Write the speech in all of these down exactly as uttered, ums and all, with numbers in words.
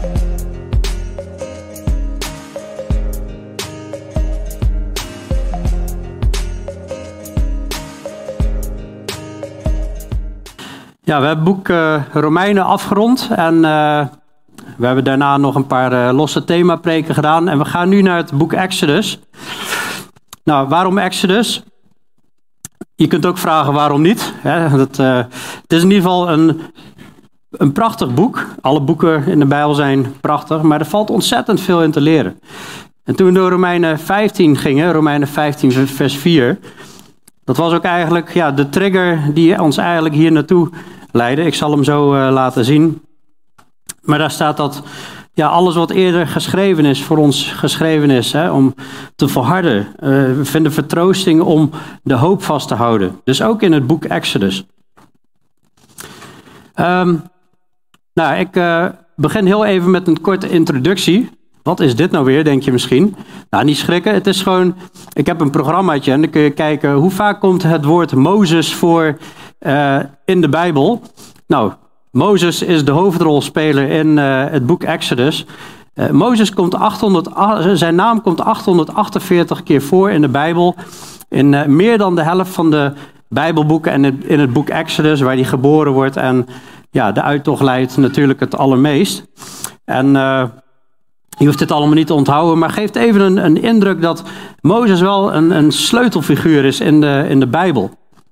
Ja, we hebben het boek uh, Romeinen afgerond en uh, we hebben daarna nog een paar uh, losse themapreken gedaan. En we gaan nu naar het boek Exodus. Nou, waarom Exodus? Je kunt ook vragen waarom niet. Hè? Dat, uh, het is in ieder geval een, een prachtig boek. Alle boeken in de Bijbel zijn prachtig, maar er valt ontzettend veel in te leren. En toen we door Romeinen vijftien gingen, Romeinen vijftien vers vier... dat was ook eigenlijk ja, de trigger die ons eigenlijk hier naartoe leidde. Ik zal hem zo uh, laten zien. Maar daar staat dat ja, alles wat eerder geschreven is, voor ons geschreven is, hè, om te volharden. Uh, we vinden vertroosting om de hoop vast te houden. Dus ook in het boek Exodus. Um, nou, ik uh, begin heel even met een korte introductie. Wat is dit nou weer, denk je misschien? Nou, niet schrikken. Het is gewoon, ik heb een programmaatje en dan kun je kijken hoe vaak komt het woord Mozes voor uh, in de Bijbel. Nou, Mozes is de hoofdrolspeler in uh, het boek Exodus. Uh, Mozes komt achthonderd, zijn naam komt achthonderdachtenveertig keer voor in de Bijbel. In uh, meer dan de helft van de Bijbelboeken en in, in het boek Exodus, waar hij geboren wordt en ja, de uittocht leidt natuurlijk het allermeest. En uh, je hoeft dit allemaal niet te onthouden, maar geeft even een, een indruk dat Mozes wel een, een sleutelfiguur is in de, in de Bijbel.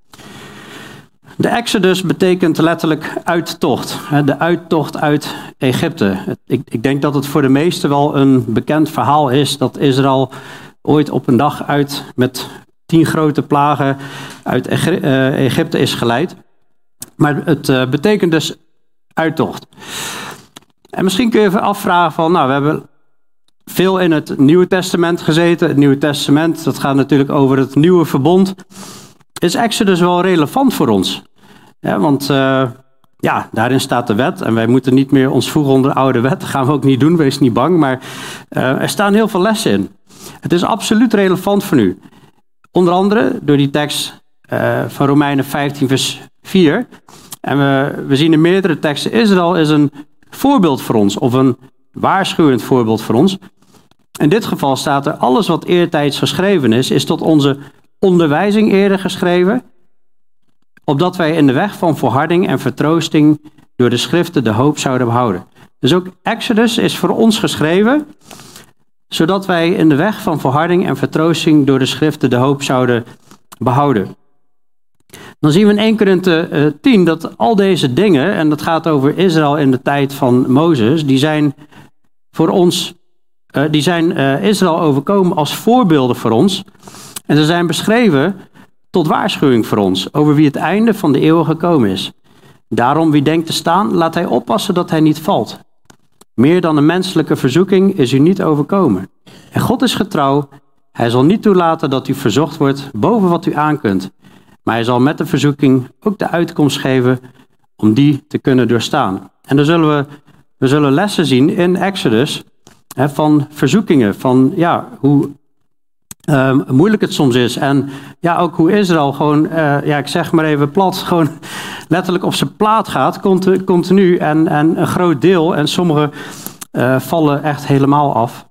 De Exodus betekent letterlijk uittocht. De uittocht uit Egypte. Ik, ik denk dat het voor de meesten wel een bekend verhaal is dat Israël ooit op een dag uit met tien grote plagen uit Egypte is geleid. Maar het uh, betekent dus uittocht. En misschien kun je even afvragen van, nou, we hebben veel in het Nieuwe Testament gezeten. Het Nieuwe Testament, dat gaat natuurlijk over het nieuwe verbond. Is Exodus wel relevant voor ons? Ja, want uh, ja, daarin staat de wet. En wij moeten niet meer ons voegen onder de oude wet. Dat gaan we ook niet doen, wees niet bang. Maar uh, er staan heel veel lessen in. Het is absoluut relevant voor nu. Onder andere door die tekst uh, van Romeinen vijftien vers vier. En we, we zien in meerdere teksten, Israël is een voorbeeld voor ons. Of een waarschuwend voorbeeld voor ons. In dit geval staat er, alles wat eertijds geschreven is, is tot onze onderwijzing eerder geschreven, opdat wij in de weg van volharding en vertroosting door de schriften de hoop zouden behouden. Dus ook Exodus is voor ons geschreven, zodat wij in de weg van volharding en vertroosting door de schriften de hoop zouden behouden. Dan zien we in eerste Korinthe tien dat al deze dingen, en dat gaat over Israël in de tijd van Mozes, die zijn voor ons, uh, die zijn uh, Israël overkomen als voorbeelden voor ons. En ze zijn beschreven tot waarschuwing voor ons, over wie het einde van de eeuw gekomen is. Daarom, wie denkt te staan, laat hij oppassen dat hij niet valt. Meer dan een menselijke verzoeking is u niet overkomen. En God is getrouw, hij zal niet toelaten dat u verzocht wordt boven wat u aankunt. Maar hij zal met de verzoeking ook de uitkomst geven om die te kunnen doorstaan. En dan zullen we, we zullen lessen zien in Exodus hè, van verzoekingen, van ja, hoe uh, moeilijk het soms is. En ja, ook hoe Israël gewoon, uh, ja, ik zeg maar even plat, gewoon letterlijk op zijn plaat gaat, continu, continu en, en een groot deel. En sommige uh, vallen echt helemaal af.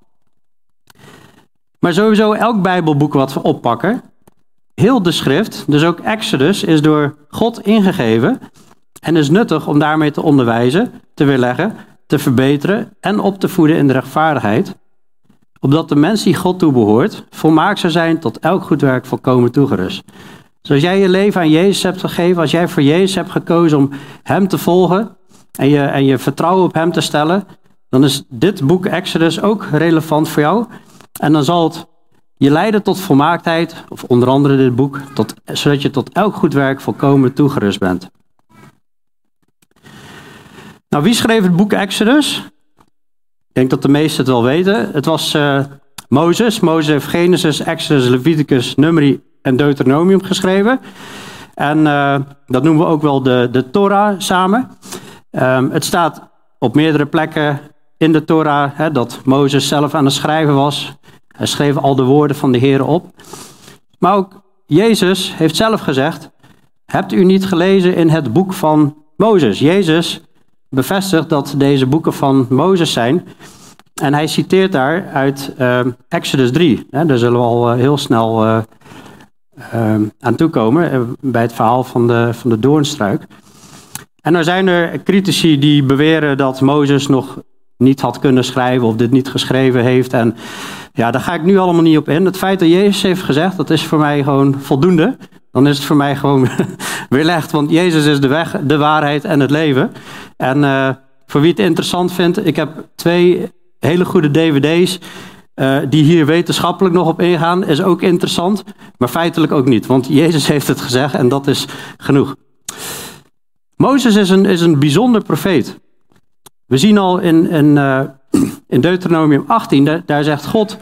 Maar sowieso elk Bijbelboek wat we oppakken, heel de schrift, dus ook Exodus, is door God ingegeven en is nuttig om daarmee te onderwijzen, te weerleggen, te verbeteren en op te voeden in de rechtvaardigheid, opdat de mens die God toebehoort, volmaakt zou zijn tot elk goed werk volkomen toegerust. Zoals jij je leven aan Jezus hebt gegeven, als jij voor Jezus hebt gekozen om hem te volgen en je, en je vertrouwen op hem te stellen, dan is dit boek Exodus ook relevant voor jou. En dan zal het je leiden tot volmaaktheid, of onder andere dit boek, tot, zodat je tot elk goed werk volkomen toegerust bent. Nou, wie schreef het boek Exodus? Ik denk dat de meesten het wel weten. Het was uh, Mozes. Mozes heeft Genesis, Exodus, Leviticus, Numeri en Deuteronomium geschreven. En uh, dat noemen we ook wel de, de Torah samen. Um, het staat op meerdere plekken in de Torah hè, dat Mozes zelf aan het schrijven was. Hij schreef al de woorden van de Heer op. Maar ook Jezus heeft zelf gezegd, hebt u niet gelezen in het boek van Mozes? Jezus bevestigt dat deze boeken van Mozes zijn. En hij citeert daar uit uh, Exodus drie. Hè, daar zullen we al uh, heel snel uh, uh, aan toekomen, uh, bij het verhaal van de, van de doornstruik. En er zijn er critici die beweren dat Mozes nog niet had kunnen schrijven of dit niet geschreven heeft. En ja, daar ga ik nu allemaal niet op in. Het feit dat Jezus heeft gezegd, dat is voor mij gewoon voldoende. Dan is het voor mij gewoon weerlegd, want Jezus is de weg, de waarheid en het leven. En uh, voor wie het interessant vindt, ik heb twee hele goede D V D's uh, die hier wetenschappelijk nog op ingaan. Is ook interessant, maar feitelijk ook niet, want Jezus heeft het gezegd en dat is genoeg. Mozes is een, is een bijzonder profeet. We zien al in, in, uh, in Deuteronomium achttien, daar, daar zegt God,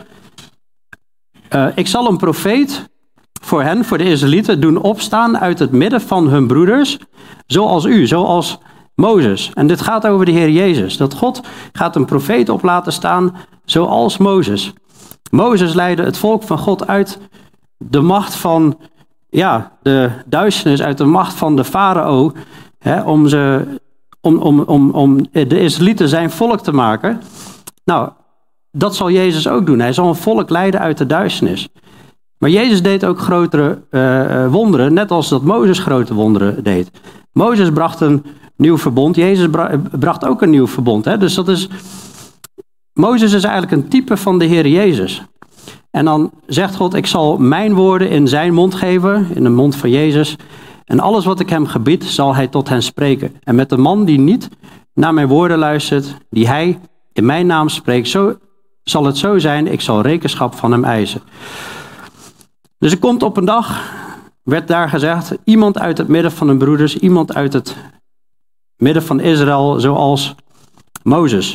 uh, ik zal een profeet voor hen, voor de Israëlieten, doen opstaan uit het midden van hun broeders, zoals u, zoals Mozes. En dit gaat over de Heer Jezus, dat God gaat een profeet op laten staan, zoals Mozes. Mozes leidde het volk van God uit de macht van, ja, de duisternis, uit de macht van de farao, hè, om, ze, om, om, om, om de Israëlieten zijn volk te maken. Nou, dat zal Jezus ook doen. Hij zal een volk leiden uit de duisternis. Maar Jezus deed ook grotere uh, wonderen, net als dat Mozes grote wonderen deed. Mozes bracht een nieuw verbond, Jezus bra- bracht ook een nieuw verbond. Hè? Dus dat is, Mozes is eigenlijk een type van de Heer Jezus. En dan zegt God, ik zal mijn woorden in zijn mond geven, in de mond van Jezus. En alles wat ik hem gebied, zal hij tot hen spreken. En met de man die niet naar mijn woorden luistert, die hij in mijn naam spreekt, zo zal het zo zijn, ik zal rekenschap van hem eisen. Dus er komt op een dag, werd daar gezegd, iemand uit het midden van hun broeders, iemand uit het midden van Israël, zoals Mozes.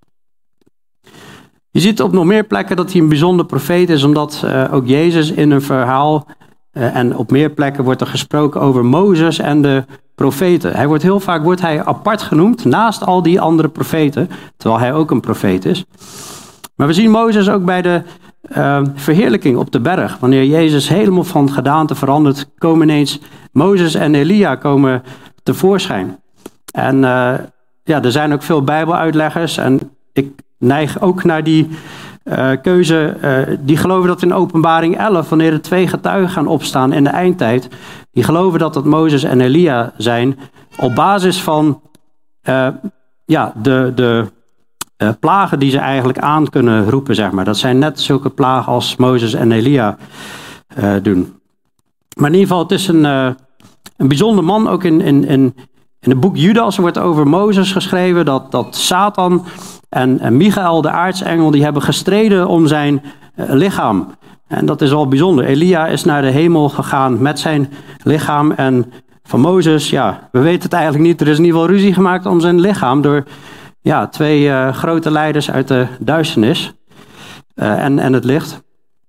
Je ziet op nog meer plekken dat hij een bijzonder profeet is, omdat uh, ook Jezus in een verhaal, uh, en op meer plekken wordt er gesproken over Mozes en de profeten. Hij wordt heel vaak wordt hij apart genoemd, naast al die andere profeten, terwijl hij ook een profeet is. Maar we zien Mozes ook bij de uh, verheerlijking op de berg. Wanneer Jezus helemaal van gedaante verandert, komen ineens Mozes en Elia komen tevoorschijn. En uh, ja, er zijn ook veel Bijbeluitleggers en ik neig ook naar die uh, keuze, uh, die geloven dat in Openbaring elf, wanneer er twee getuigen gaan opstaan in de eindtijd, die geloven dat dat Mozes en Elia zijn, op basis van uh, ja, de, de uh, plagen die ze eigenlijk aan kunnen roepen, zeg maar. Dat zijn net zulke plagen als Mozes en Elia uh, doen. Maar in ieder geval, het is een, uh, een bijzonder man, ook in, in, in, in het boek Judas wordt over Mozes geschreven, dat, dat Satan en, en Michael, de aartsengel, die hebben gestreden om zijn uh, lichaam. En dat is wel bijzonder. Elia is naar de hemel gegaan met zijn lichaam. En van Mozes, ja, we weten het eigenlijk niet. Er is in ieder geval ruzie gemaakt om zijn lichaam door ja, twee uh, grote leiders uit de duisternis uh, en, en het licht.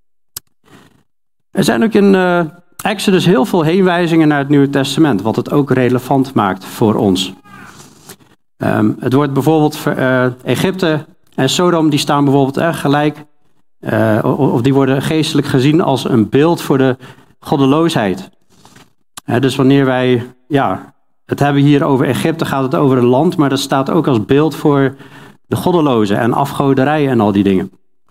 Er zijn ook in uh, Exodus heel veel heenwijzingen naar het Nieuwe Testament, wat het ook relevant maakt voor ons. Um, het wordt bijvoorbeeld uh, Egypte en Sodom, die staan bijvoorbeeld uh, gelijk, uh, of die worden geestelijk gezien als een beeld voor de goddeloosheid. Uh, dus wanneer wij ja, het hebben hier over Egypte, gaat het over een land, maar dat staat ook als beeld voor de goddelozen en afgoderij en al die dingen.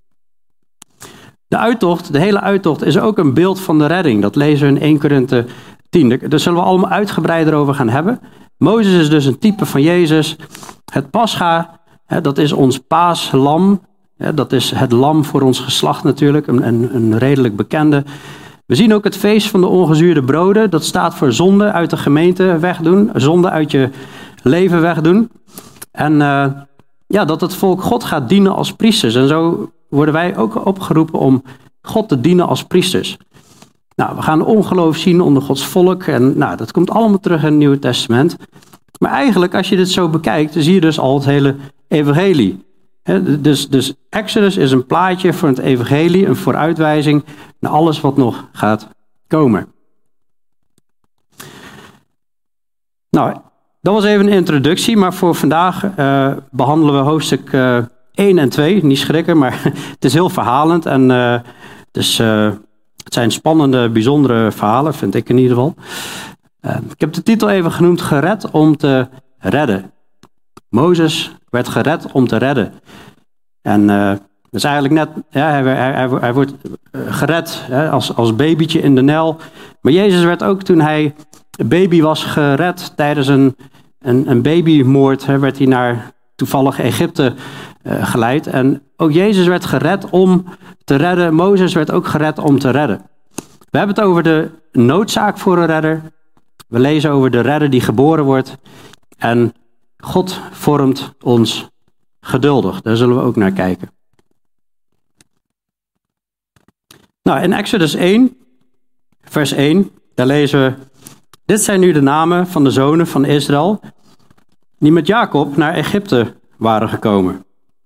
De uittocht, de hele uittocht is ook een beeld van de redding. Dat lezen we in eerste Korinthe tien. Daar zullen we allemaal uitgebreider over gaan hebben. Mozes is dus een type van Jezus. Het Pascha, hè, dat is ons paaslam. Hè, dat is het lam voor ons geslacht natuurlijk, een, een, een redelijk bekende. We zien ook het feest van de ongezuurde broden. Dat staat voor zonde uit de gemeente wegdoen. Zonde uit je leven wegdoen. En uh, ja, dat het volk God gaat dienen als priesters. En zo worden wij ook opgeroepen om God te dienen als priesters. Nou, we gaan ongeloof zien onder Gods volk. En nou, dat komt allemaal terug in het Nieuwe Testament. Maar eigenlijk, als je dit zo bekijkt, dan zie je dus al het hele evangelie. He, dus, dus Exodus is een plaatje voor het evangelie, een vooruitwijzing naar alles wat nog gaat komen. Nou, dat was even een introductie, maar voor vandaag uh, behandelen we hoofdstuk uh, één en twee. Niet schrikken, maar het is heel verhalend en uh, het, is, uh, het zijn spannende, bijzondere verhalen, vind ik in ieder geval. Uh, ik heb de titel even genoemd, Gered om te redden. Mozes werd gered om te redden. En uh, dat is eigenlijk net, ja, hij, hij, hij, hij wordt gered hè, als, als babytje in de Nijl. Maar Jezus werd ook toen hij baby was gered tijdens een, een, een babymoord. Hè, werd hij naar toevallig Egypte uh, geleid. En ook Jezus werd gered om te redden. Mozes werd ook gered om te redden. We hebben het over de noodzaak voor een redder. We lezen over de redder die geboren wordt. En God vormt ons geduldig. Daar zullen we ook naar kijken. Nou, in Exodus één, vers één, daar lezen we: dit zijn nu de namen van de zonen van Israël die met Jacob naar Egypte waren gekomen.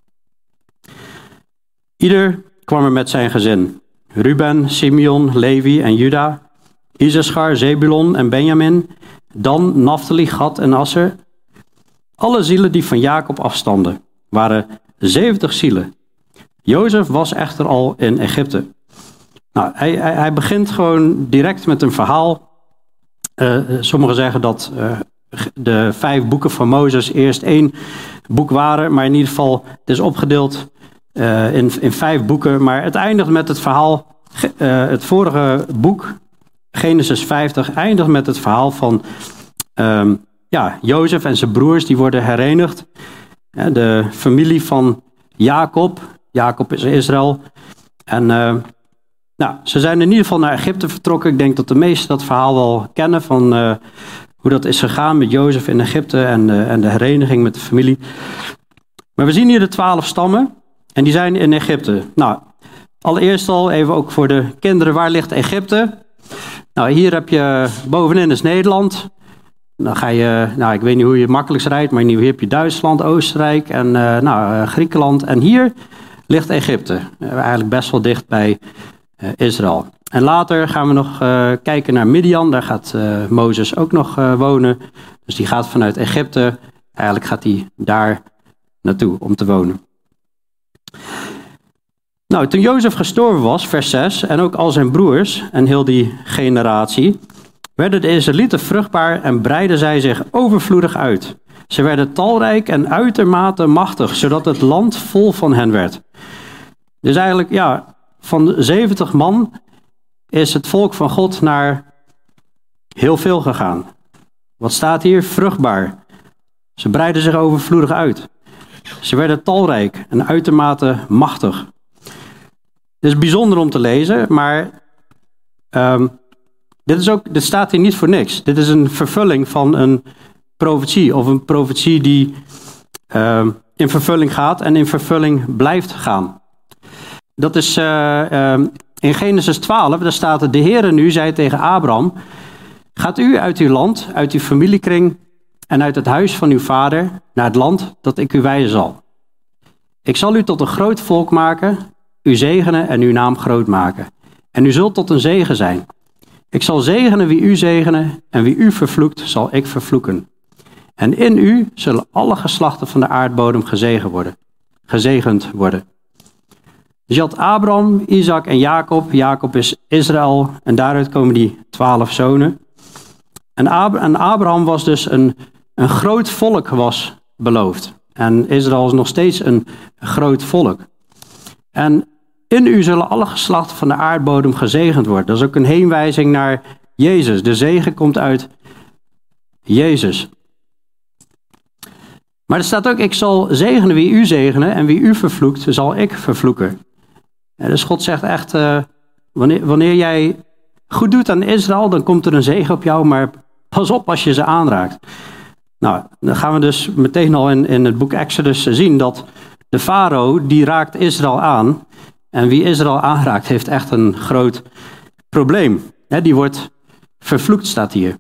Ieder kwam er met zijn gezin. Ruben, Simeon, Levi en Juda, Issachar, Zebulon en Benjamin, Dan, Naphtali, Gad en Asser. Alle zielen die van Jacob afstamden waren zeventig zielen. Jozef was echter al in Egypte. Nou, hij, hij, hij begint gewoon direct met een verhaal. Uh, sommigen zeggen dat uh, de vijf boeken van Mozes eerst één boek waren, maar in ieder geval het is opgedeeld uh, in, in vijf boeken. Maar het eindigt met het verhaal, uh, het vorige boek, Genesis vijftig, eindigt met het verhaal van um, ja, Jozef en zijn broers, die worden herenigd. Ja, de familie van Jacob, Jacob is Israël. En uh, nou, ze zijn in ieder geval naar Egypte vertrokken. Ik denk dat de meesten dat verhaal wel kennen van uh, hoe dat is gegaan met Jozef in Egypte en, uh, en de hereniging met de familie. Maar we zien hier de twaalf stammen en die zijn in Egypte. Nou, allereerst al even ook voor de kinderen, waar ligt Egypte? Nou, hier heb je bovenin is Nederland. Dan ga je, nou ik weet niet hoe je het makkelijkst rijdt, maar hier heb je Duitsland, Oostenrijk en uh, nou, uh, Griekenland. En hier ligt Egypte, uh, eigenlijk best wel dicht bij uh, Israël. En later gaan we nog uh, kijken naar Midian, daar gaat uh, Mozes ook nog uh, wonen. Dus die gaat vanuit Egypte, eigenlijk gaat hij daar naartoe om te wonen. Nou, toen Jozef gestorven was, vers zes, en ook al zijn broers en heel die generatie, werden de Israëlieten vruchtbaar en breidden zij zich overvloedig uit. Ze werden talrijk en uitermate machtig, zodat het land vol van hen werd. Dus eigenlijk, ja, van zeventig man is het volk van God naar heel veel gegaan. Wat staat hier? Vruchtbaar. Ze breidden zich overvloedig uit. Ze werden talrijk en uitermate machtig. Het is bijzonder om te lezen, maar um, dit, is ook, dit staat hier niet voor niks. Dit is een vervulling van een profetie, of een profetie die um, in vervulling gaat en in vervulling blijft gaan. Dat is uh, um, in Genesis twaalf, daar staat het: de Heere nu zei tegen Abraham: gaat u uit uw land, uit uw familiekring en uit het huis van uw vader naar het land dat ik u wijzen zal. Ik zal u tot een groot volk maken, u zegenen en uw naam groot maken. En u zult tot een zegen zijn. Ik zal zegenen wie u zegenen en wie u vervloekt, zal ik vervloeken. En in u zullen alle geslachten van de aardbodem gezegend worden. Gezegend worden. Dus je had Abraham, Isaac en Jacob. Jacob is Israël en daaruit komen die twaalf zonen. En, Ab- en Abraham was dus een, een groot volk was beloofd. En Israël is nog steeds een groot volk. En in u zullen alle geslachten van de aardbodem gezegend worden. Dat is ook een heenwijzing naar Jezus. De zegen komt uit Jezus. Maar er staat ook: ik zal zegenen wie u zegenen en wie u vervloekt, zal ik vervloeken. Ja, dus God zegt echt, uh, wanneer, wanneer jij goed doet aan Israël, dan komt er een zegen op jou, maar pas op als je ze aanraakt. Nou, dan gaan we dus meteen al in, in het boek Exodus zien dat de farao, die raakt Israël aan. En wie Israël aanraakt, heeft echt een groot probleem. He, die wordt vervloekt, staat hier.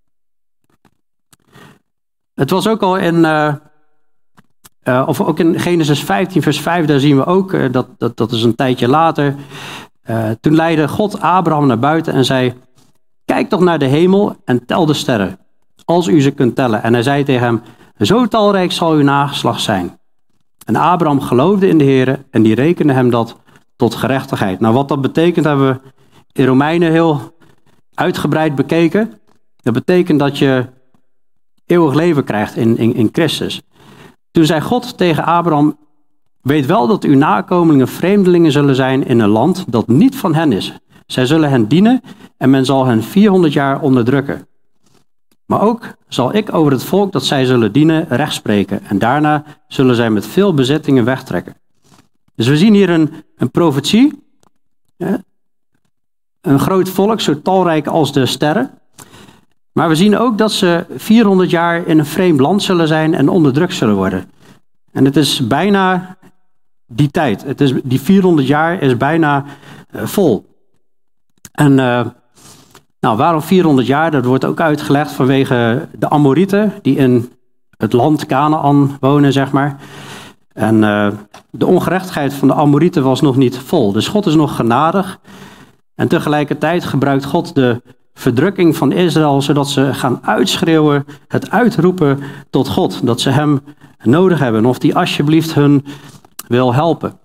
Het was ook al in, uh, uh, of ook in Genesis vijftien, vers vijf, daar zien we ook, uh, dat, dat, dat is een tijdje later. Uh, toen leidde God Abraham naar buiten en zei: kijk toch naar de hemel en tel de sterren, als u ze kunt tellen. En hij zei tegen hem: zo talrijk zal uw nageslacht zijn. En Abraham geloofde in de Heere en die rekende hem dat tot gerechtigheid. Nou, wat dat betekent hebben we in Romeinen heel uitgebreid bekeken. Dat betekent dat je eeuwig leven krijgt in, in, in Christus. Toen zei God tegen Abraham, weet wel dat uw nakomelingen vreemdelingen zullen zijn in een land dat niet van hen is. Zij zullen hen dienen en men zal hen vierhonderd jaar onderdrukken. Maar ook zal ik over het volk dat zij zullen dienen recht spreken. En daarna zullen zij met veel bezittingen wegtrekken. Dus we zien hier een, een profetie. Ja, een groot volk, zo talrijk als de sterren. Maar we zien ook dat ze vierhonderd jaar in een vreemd land zullen zijn en onderdrukt zullen worden. En het is bijna die tijd. Het is, die vierhonderd jaar is bijna uh, vol. En uh, nou, waarom vierhonderd jaar? Dat wordt ook uitgelegd vanwege de Amorieten die in het land Kanaan wonen, zeg maar. En uh, de ongerechtigheid van de Amorieten was nog niet vol. Dus God is nog genadig. En tegelijkertijd gebruikt God de verdrukking van Israël, zodat ze gaan uitschreeuwen, het uitroepen tot God. Dat ze hem nodig hebben of die alsjeblieft hun wil helpen.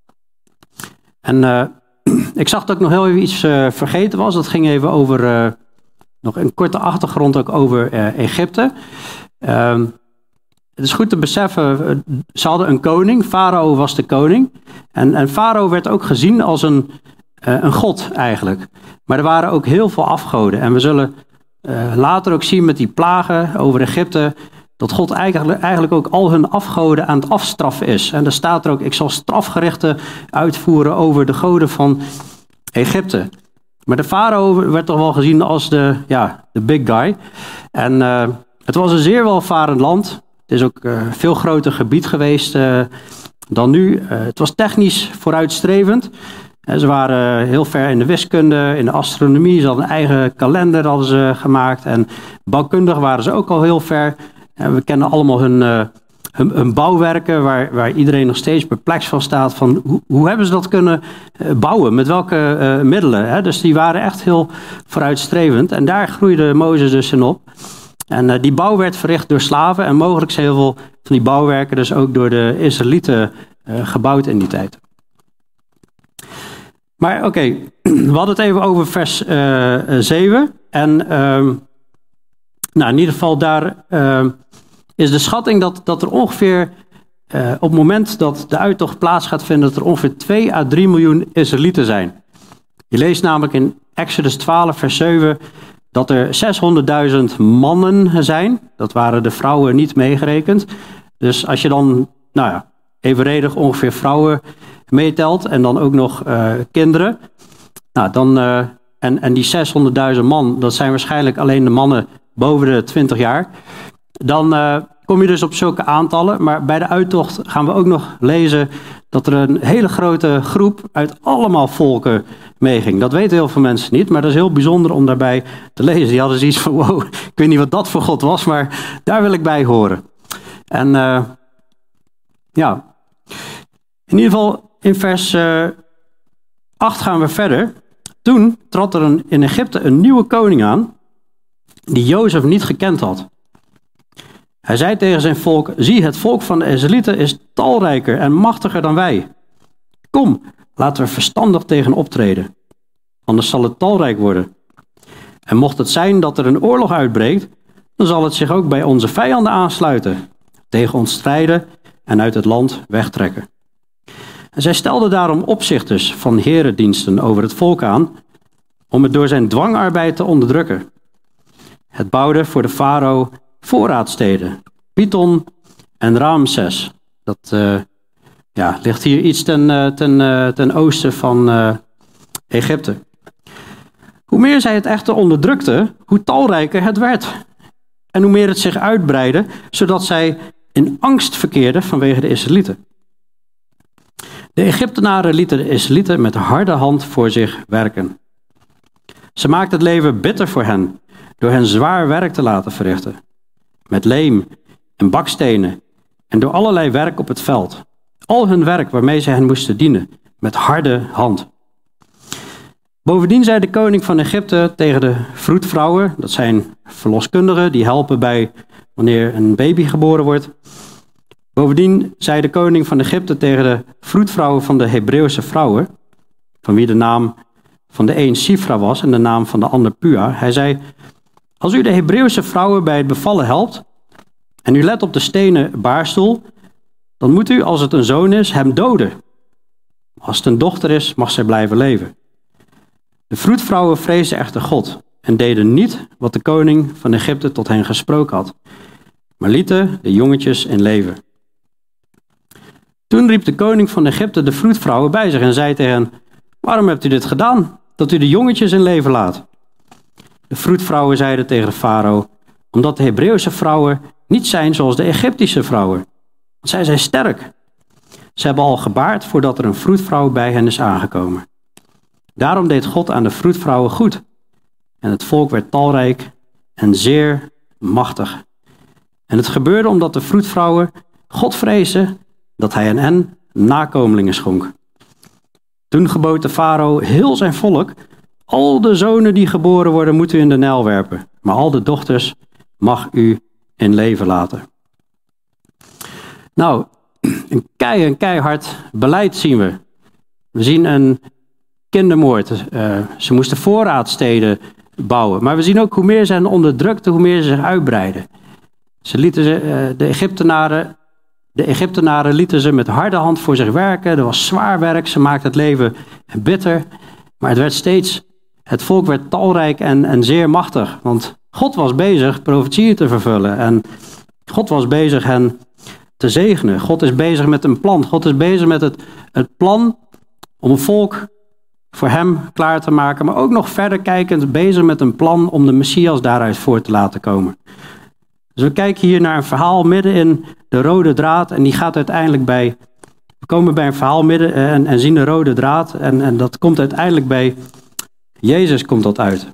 En uh, ik zag dat ik nog heel even iets uh, vergeten was. Dat ging even over, uh, nog een korte achtergrond ook over uh, Egypte. Uh, het is goed te beseffen, uh, ze hadden een koning, Farao was de koning. En, en Farao werd ook gezien als een, uh, een god eigenlijk. Maar er waren ook heel veel afgoden. En we zullen uh, later ook zien met die plagen over Egypte, dat God eigenlijk, eigenlijk ook al hun afgoden aan het afstraffen is. En er staat er ook, ik zal strafgerichten uitvoeren over de goden van Egypte. Maar de farao werd toch wel gezien als de, ja, de big guy. En uh, het was een zeer welvarend land. Het is ook een uh, veel groter gebied geweest uh, dan nu. Uh, het was technisch vooruitstrevend. En ze waren heel ver in de wiskunde, in de astronomie. Ze hadden een eigen kalender hadden ze gemaakt. En bouwkundig waren ze ook al heel ver. En we kennen allemaal hun, uh, hun, hun bouwwerken, waar, waar iedereen nog steeds perplex van staat. Van hoe, hoe hebben ze dat kunnen uh, bouwen? Met welke uh, middelen? Hè? Dus die waren echt heel vooruitstrevend. En daar groeide Mozes dus in op. En uh, die bouw werd verricht door slaven. En mogelijk zijn heel veel van die bouwwerken dus ook door de Israëlieten uh, gebouwd in die tijd. Maar oké, okay, we hadden het even over vers uh, zeven. En uh, nou, in ieder geval daar uh, is de schatting dat, dat er ongeveer, uh, op het moment dat de uittocht plaats gaat vinden, dat er ongeveer twee à drie miljoen Israëlieten zijn. Je leest namelijk in Exodus twaalf vers zeven dat er zeshonderdduizend mannen zijn. Dat waren de vrouwen niet meegerekend. Dus als je dan, nou ja, evenredig ongeveer vrouwen meetelt en dan ook nog uh, kinderen. Nou, dan, uh, en, en die zeshonderdduizend man, dat zijn waarschijnlijk alleen de mannen boven de twintig jaar. Dan uh, kom je dus op zulke aantallen. Maar bij de uittocht gaan we ook nog lezen dat er een hele grote groep uit allemaal volken meeging. Dat weten heel veel mensen niet, maar dat is heel bijzonder om daarbij te lezen. Die hadden zoiets van, wow, ik weet niet wat dat voor God was, maar daar wil ik bij horen. En uh, ja, in ieder geval in vers uh, acht gaan we verder. Toen trad er een, in Egypte een nieuwe koning aan, die Jozef niet gekend had. Hij zei tegen zijn volk, zie, het volk van de Israëlieten is talrijker en machtiger dan wij. Kom, laten we verstandig tegen optreden, anders zal het talrijk worden. En mocht het zijn dat er een oorlog uitbreekt, dan zal het zich ook bij onze vijanden aansluiten, tegen ons strijden en uit het land wegtrekken. En zij stelden daarom opzichters van herendiensten over het volk aan, om het door zijn dwangarbeid te onderdrukken. Het bouwde voor de farao voorraadsteden, Pithom en Ramses. Dat uh, ja, ligt hier iets ten, uh, ten, uh, ten oosten van uh, Egypte. Hoe meer zij het echter onderdrukte, hoe talrijker het werd. En hoe meer het zich uitbreidde, zodat zij in angst verkeerden vanwege de Israëlieten. De Egyptenaren lieten de Israëlieten met harde hand voor zich werken. Ze maakten het leven bitter voor hen, door hen zwaar werk te laten verrichten. Met leem en bakstenen en door allerlei werk op het veld. Al hun werk waarmee ze hen moesten dienen, met harde hand. Bovendien zei de koning van Egypte tegen de vroedvrouwen, dat zijn verloskundigen die helpen bij wanneer een baby geboren wordt. Bovendien zei de koning van Egypte tegen de vroedvrouwen van de Hebreeuwse vrouwen, van wie de naam van de een Sifra was en de naam van de ander Pua. Hij zei, als u de Hebreeuwse vrouwen bij het bevallen helpt en u let op de stenen baarstoel dan moet u, als het een zoon is, hem doden. Als het een dochter is, mag zij blijven leven. De vroedvrouwen vreesden echter God en deden niet wat de koning van Egypte tot hen gesproken had, maar lieten de jongetjes in leven. Toen riep de koning van Egypte de vroedvrouwen bij zich en zei tegen hen: waarom hebt u dit gedaan, dat u de jongetjes in leven laat? De vroedvrouwen zeiden tegen de farao: omdat de Hebreeuwse vrouwen niet zijn zoals de Egyptische vrouwen, want zij zijn sterk. Ze hebben al gebaard voordat er een vroedvrouw bij hen is aangekomen. Daarom deed God aan de vroedvrouwen goed. En het volk werd talrijk en zeer machtig. En het gebeurde omdat de vroedvrouwen God vreesden dat hij aan hen nakomelingen schonk. Toen gebood de farao heel zijn volk: al de zonen die geboren worden moet u in de Nijl werpen, maar al de dochters mag u in leven laten. Nou, een kei en keihard beleid zien we. We zien een kindermoord. Uh, ze moesten voorraadsteden bouwen. Maar we zien ook hoe meer ze hen onderdrukten, hoe meer ze zich uitbreiden. Ze lieten ze, uh, de, Egyptenaren, de Egyptenaren lieten ze met harde hand voor zich werken. Er was zwaar werk, ze maakten het leven bitter. Maar het werd steeds, het volk werd talrijk en, en zeer machtig. Want God was bezig profetieën te vervullen. En God was bezig hen te zegenen. God is bezig met een plan. God is bezig met het, het plan om een volk voor hem klaar te maken. Maar ook nog verder kijkend bezig met een plan om de Messias daaruit voort te laten komen. Dus we kijken hier naar een verhaal midden in de rode draad. En die gaat uiteindelijk bij... We komen bij een verhaal midden en, en zien de rode draad. En, en dat komt uiteindelijk bij Jezus komt dat uit.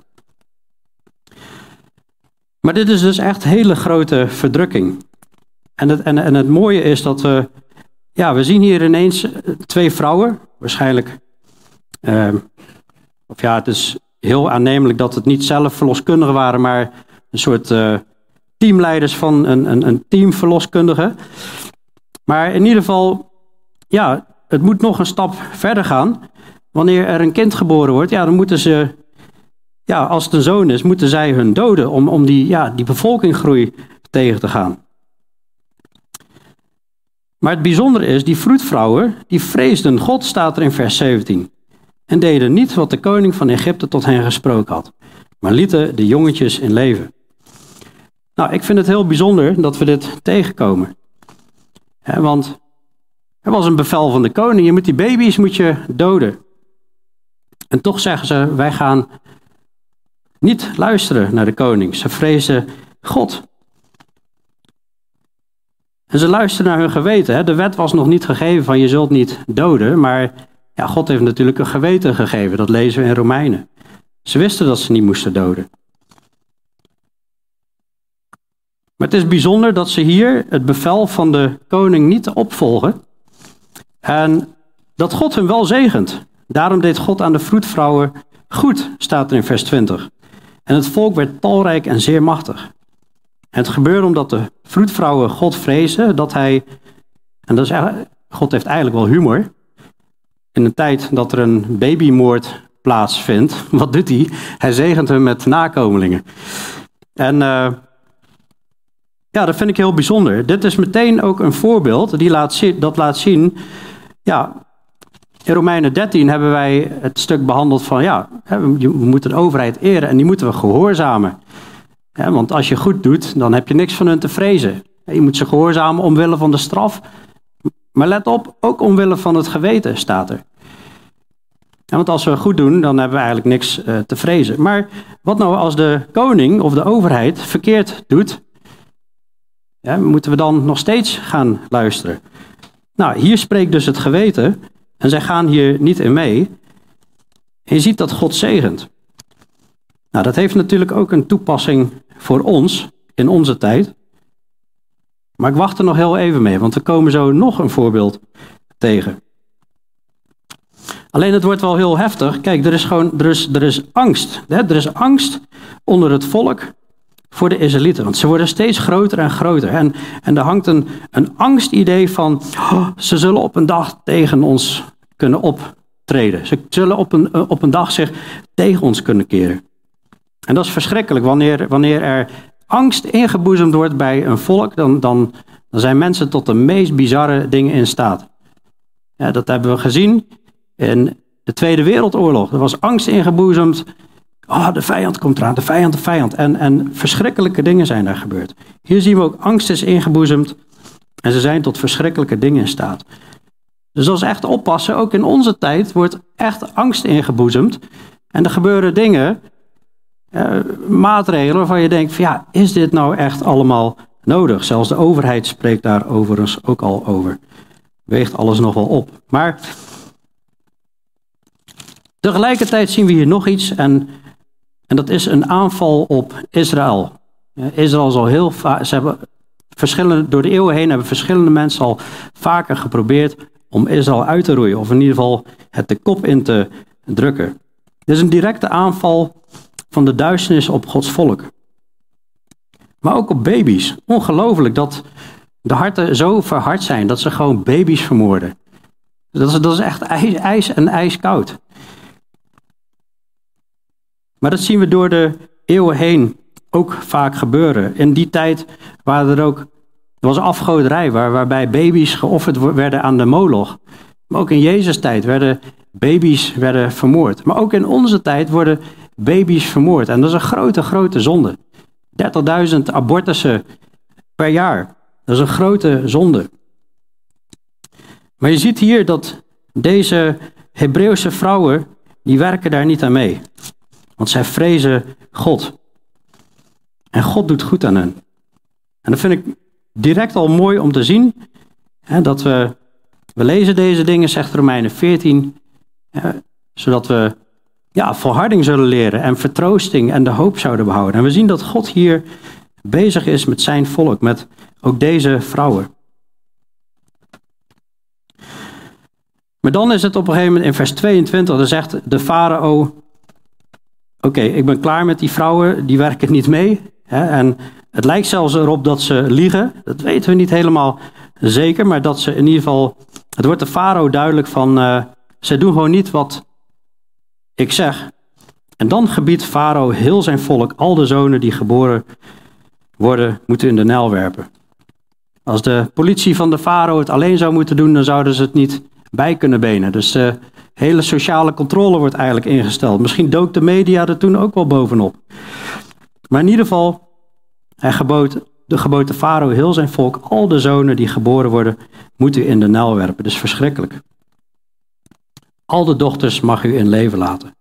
Maar dit is dus echt hele grote verdrukking. En het, en, en het mooie is dat we... Ja, we zien hier ineens twee vrouwen. Waarschijnlijk... Uh, of ja, het is heel aannemelijk dat het niet zelf verloskundigen waren, maar een soort uh, teamleiders van een, een, een team verloskundigen. Maar in ieder geval, ja, het moet nog een stap verder gaan. Wanneer er een kind geboren wordt, ja, dan moeten ze, ja, als het een zoon is, moeten zij hun doden om, om die, ja, die bevolkingsgroei tegen te gaan. Maar het bijzondere is, die vroedvrouwen, die vreesden God, staat er in vers zeventien. En deden niet wat de koning van Egypte tot hen gesproken had, maar lieten de jongetjes in leven. Nou, ik vind het heel bijzonder dat we dit tegenkomen. He, want er was een bevel van de koning, je moet die baby's moet je doden. En toch zeggen ze, wij gaan niet luisteren naar de koning. Ze vrezen God. En ze luisterden naar hun geweten. Hè. De wet was nog niet gegeven van je zult niet doden, maar ja, God heeft natuurlijk een geweten gegeven. Dat lezen we in Romeinen. Ze wisten dat ze niet moesten doden. Maar het is bijzonder dat ze hier het bevel van de koning niet opvolgen. En dat God hun wel zegent. Daarom deed God aan de vroedvrouwen goed, staat er in vers twintig. En het volk werd talrijk en zeer machtig. En het gebeurde omdat de vroedvrouwen God vrezen, dat hij, en dat is eigenlijk, God heeft eigenlijk wel humor. In een tijd dat er een babymoord plaatsvindt, wat doet hij? Hij zegent hem met nakomelingen. En uh, ja, dat vind ik heel bijzonder. Dit is meteen ook een voorbeeld die laat zien, dat laat zien. Ja, in Romeinen dertien hebben wij het stuk behandeld van ja, we moeten de overheid eren en die moeten we gehoorzamen. Ja, want als je goed doet, dan heb je niks van hun te vrezen. Je moet ze gehoorzamen omwille van de straf. Maar let op, ook omwille van het geweten staat er. Ja, want als we goed doen, dan hebben we eigenlijk niks uh, te vrezen. Maar wat nou als de koning of de overheid verkeerd doet? Ja, moeten we dan nog steeds gaan luisteren? Nou, hier spreekt dus het geweten. En zij gaan hier niet in mee. En je ziet dat God zegent. Nou, dat heeft natuurlijk ook een toepassing voor ons in onze tijd. Maar ik wacht er nog heel even mee, want we komen zo nog een voorbeeld tegen. Alleen het wordt wel heel heftig. Kijk, er is gewoon, er is, er is angst. Hè? Er is angst onder het volk voor de Israëlieten. Want ze worden steeds groter en groter. En, en er hangt een, een angstidee van, oh, ze zullen op een dag tegen ons kunnen optreden. Ze zullen op een, op een dag zich tegen ons kunnen keren. En dat is verschrikkelijk. Wanneer, wanneer er angst ingeboezemd wordt bij een volk, dan, dan, dan zijn mensen tot de meest bizarre dingen in staat. Ja, dat hebben we gezien in de Tweede Wereldoorlog. Er was angst ingeboezemd. Oh, de vijand komt eraan, de vijand, de vijand. En, en verschrikkelijke dingen zijn daar gebeurd. Hier zien we ook angst is ingeboezemd. En ze zijn tot verschrikkelijke dingen in staat. Dus dat is echt oppassen. Ook in onze tijd wordt echt angst ingeboezemd. En er gebeuren dingen, eh, maatregelen waarvan je denkt, van, ja, is dit nou echt allemaal nodig? Zelfs de overheid spreekt daar overigens ook al over. Weegt alles nog wel op. Maar tegelijkertijd zien we hier nog iets. En, en dat is een aanval op Israël. Ja, Israël is al heel vaak. Ze hebben verschillende, door de eeuwen heen hebben verschillende mensen al vaker geprobeerd om Israël uit te roeien. Of in ieder geval het de kop in te drukken. Dit is een directe aanval van de duisternis op Gods volk. Maar ook op baby's. Ongelooflijk dat de harten zo verhard zijn dat ze gewoon baby's vermoorden. Dat is, dat is echt ijs, ijs en ijskoud. Maar dat zien we door de eeuwen heen ook vaak gebeuren. In die tijd waren er ook, er was afgoderij waar, waarbij baby's geofferd werden aan de Moloch. Maar ook in Jezus' tijd werden baby's werden vermoord. Maar ook in onze tijd worden baby's vermoord. En dat is een grote, grote zonde. dertigduizend abortussen per jaar. Dat is een grote zonde. Maar je ziet hier dat deze Hebreeuwse vrouwen, die werken daar niet aan mee. Want zij vrezen God. En God doet goed aan hen. En dat vind ik direct al mooi om te zien. Hè, dat we, we lezen deze dingen, zegt Romeinen veertien. Hè, zodat we ja, volharding zullen leren en vertroosting en de hoop zouden behouden. En we zien dat God hier bezig is met zijn volk, met ook deze vrouwen. Maar dan is het op een gegeven moment in vers tweeëntwintig, dan zegt de farao, oké, okay, ik ben klaar met die vrouwen, die werken niet mee. Hè, en het lijkt zelfs erop dat ze liegen, dat weten we niet helemaal zeker, maar dat ze in ieder geval, het wordt de farao duidelijk van, uh, ze doen gewoon niet wat ik zeg. En dan gebiedt farao heel zijn volk, al de zonen die geboren worden, moeten in de Nijl werpen. Als de politie van de farao het alleen zou moeten doen, dan zouden ze het niet bij kunnen benen. Dus de hele sociale controle wordt eigenlijk ingesteld. Misschien dook de media er toen ook wel bovenop. Maar in ieder geval, hij gebood, de gebood de farao heel zijn volk, al de zonen die geboren worden, moeten in de Nijl werpen. Dus verschrikkelijk. Al de dochters mag u in leven laten.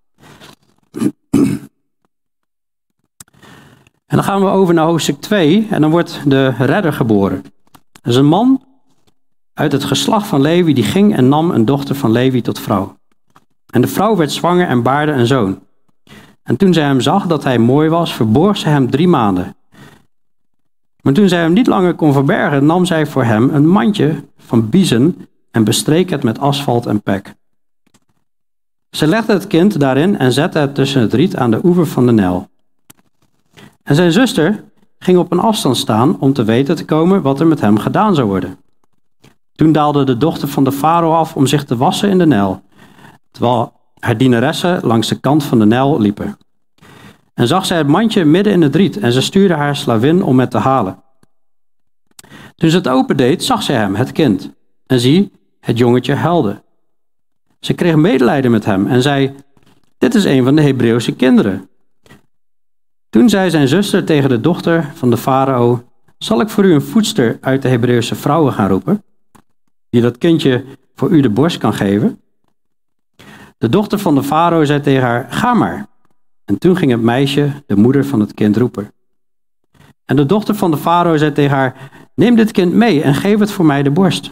En dan gaan we over naar hoofdstuk twee en dan wordt de redder geboren. Dat is een man uit het geslacht van Levi die ging en nam een dochter van Levi tot vrouw. En de vrouw werd zwanger en baarde een zoon. En toen zij hem zag dat hij mooi was, verborg zij hem drie maanden. Maar toen zij hem niet langer kon verbergen, nam zij voor hem een mandje van biezen en bestreek het met asfalt en pek. Ze legde het kind daarin en zette het tussen het riet aan de oever van de Nijl. En zijn zuster ging op een afstand staan om te weten te komen wat er met hem gedaan zou worden. Toen daalde de dochter van de farao af om zich te wassen in de Nijl, terwijl haar dienaressen langs de kant van de Nijl liepen. En zag zij het mandje midden in het riet en ze stuurde haar slavin om het te halen. Toen ze het opendeed, zag zij hem, het kind, en zie, het jongetje huilde. Ze kreeg medelijden met hem en zei, dit is een van de Hebreeuwse kinderen. Toen zei zijn zuster tegen de dochter van de farao, zal ik voor u een voedster uit de Hebreeuwse vrouwen gaan roepen, die dat kindje voor u de borst kan geven? De dochter van de farao zei tegen haar, ga maar. En toen ging het meisje de moeder van het kind roepen. En de dochter van de farao zei tegen haar, neem dit kind mee en geef het voor mij de borst.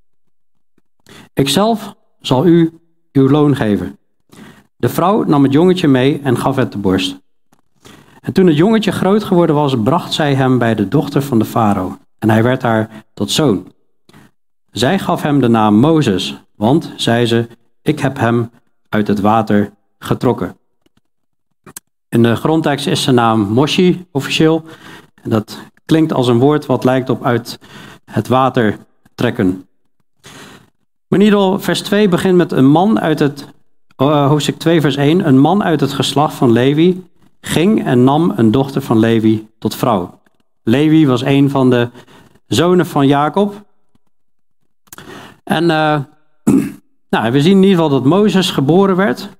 Ikzelf zal u uw loon geven. De vrouw nam het jongetje mee en gaf het de borst. En toen het jongetje groot geworden was, bracht zij hem bij de dochter van de farao. En hij werd haar tot zoon. Zij gaf hem de naam Mozes, want, zei ze, ik heb hem uit het water getrokken. In de grondtekst is zijn naam Moshi officieel. En dat klinkt als een woord wat lijkt op uit het water trekken. Maar in ieder geval, vers twee begint met een man uit het, uh, hoofdstuk twee vers één, een man uit het geslacht van Levi ging en nam een dochter van Levi tot vrouw. Levi was een van de zonen van Jacob. En uh, nou, we zien in ieder geval dat Mozes geboren werd.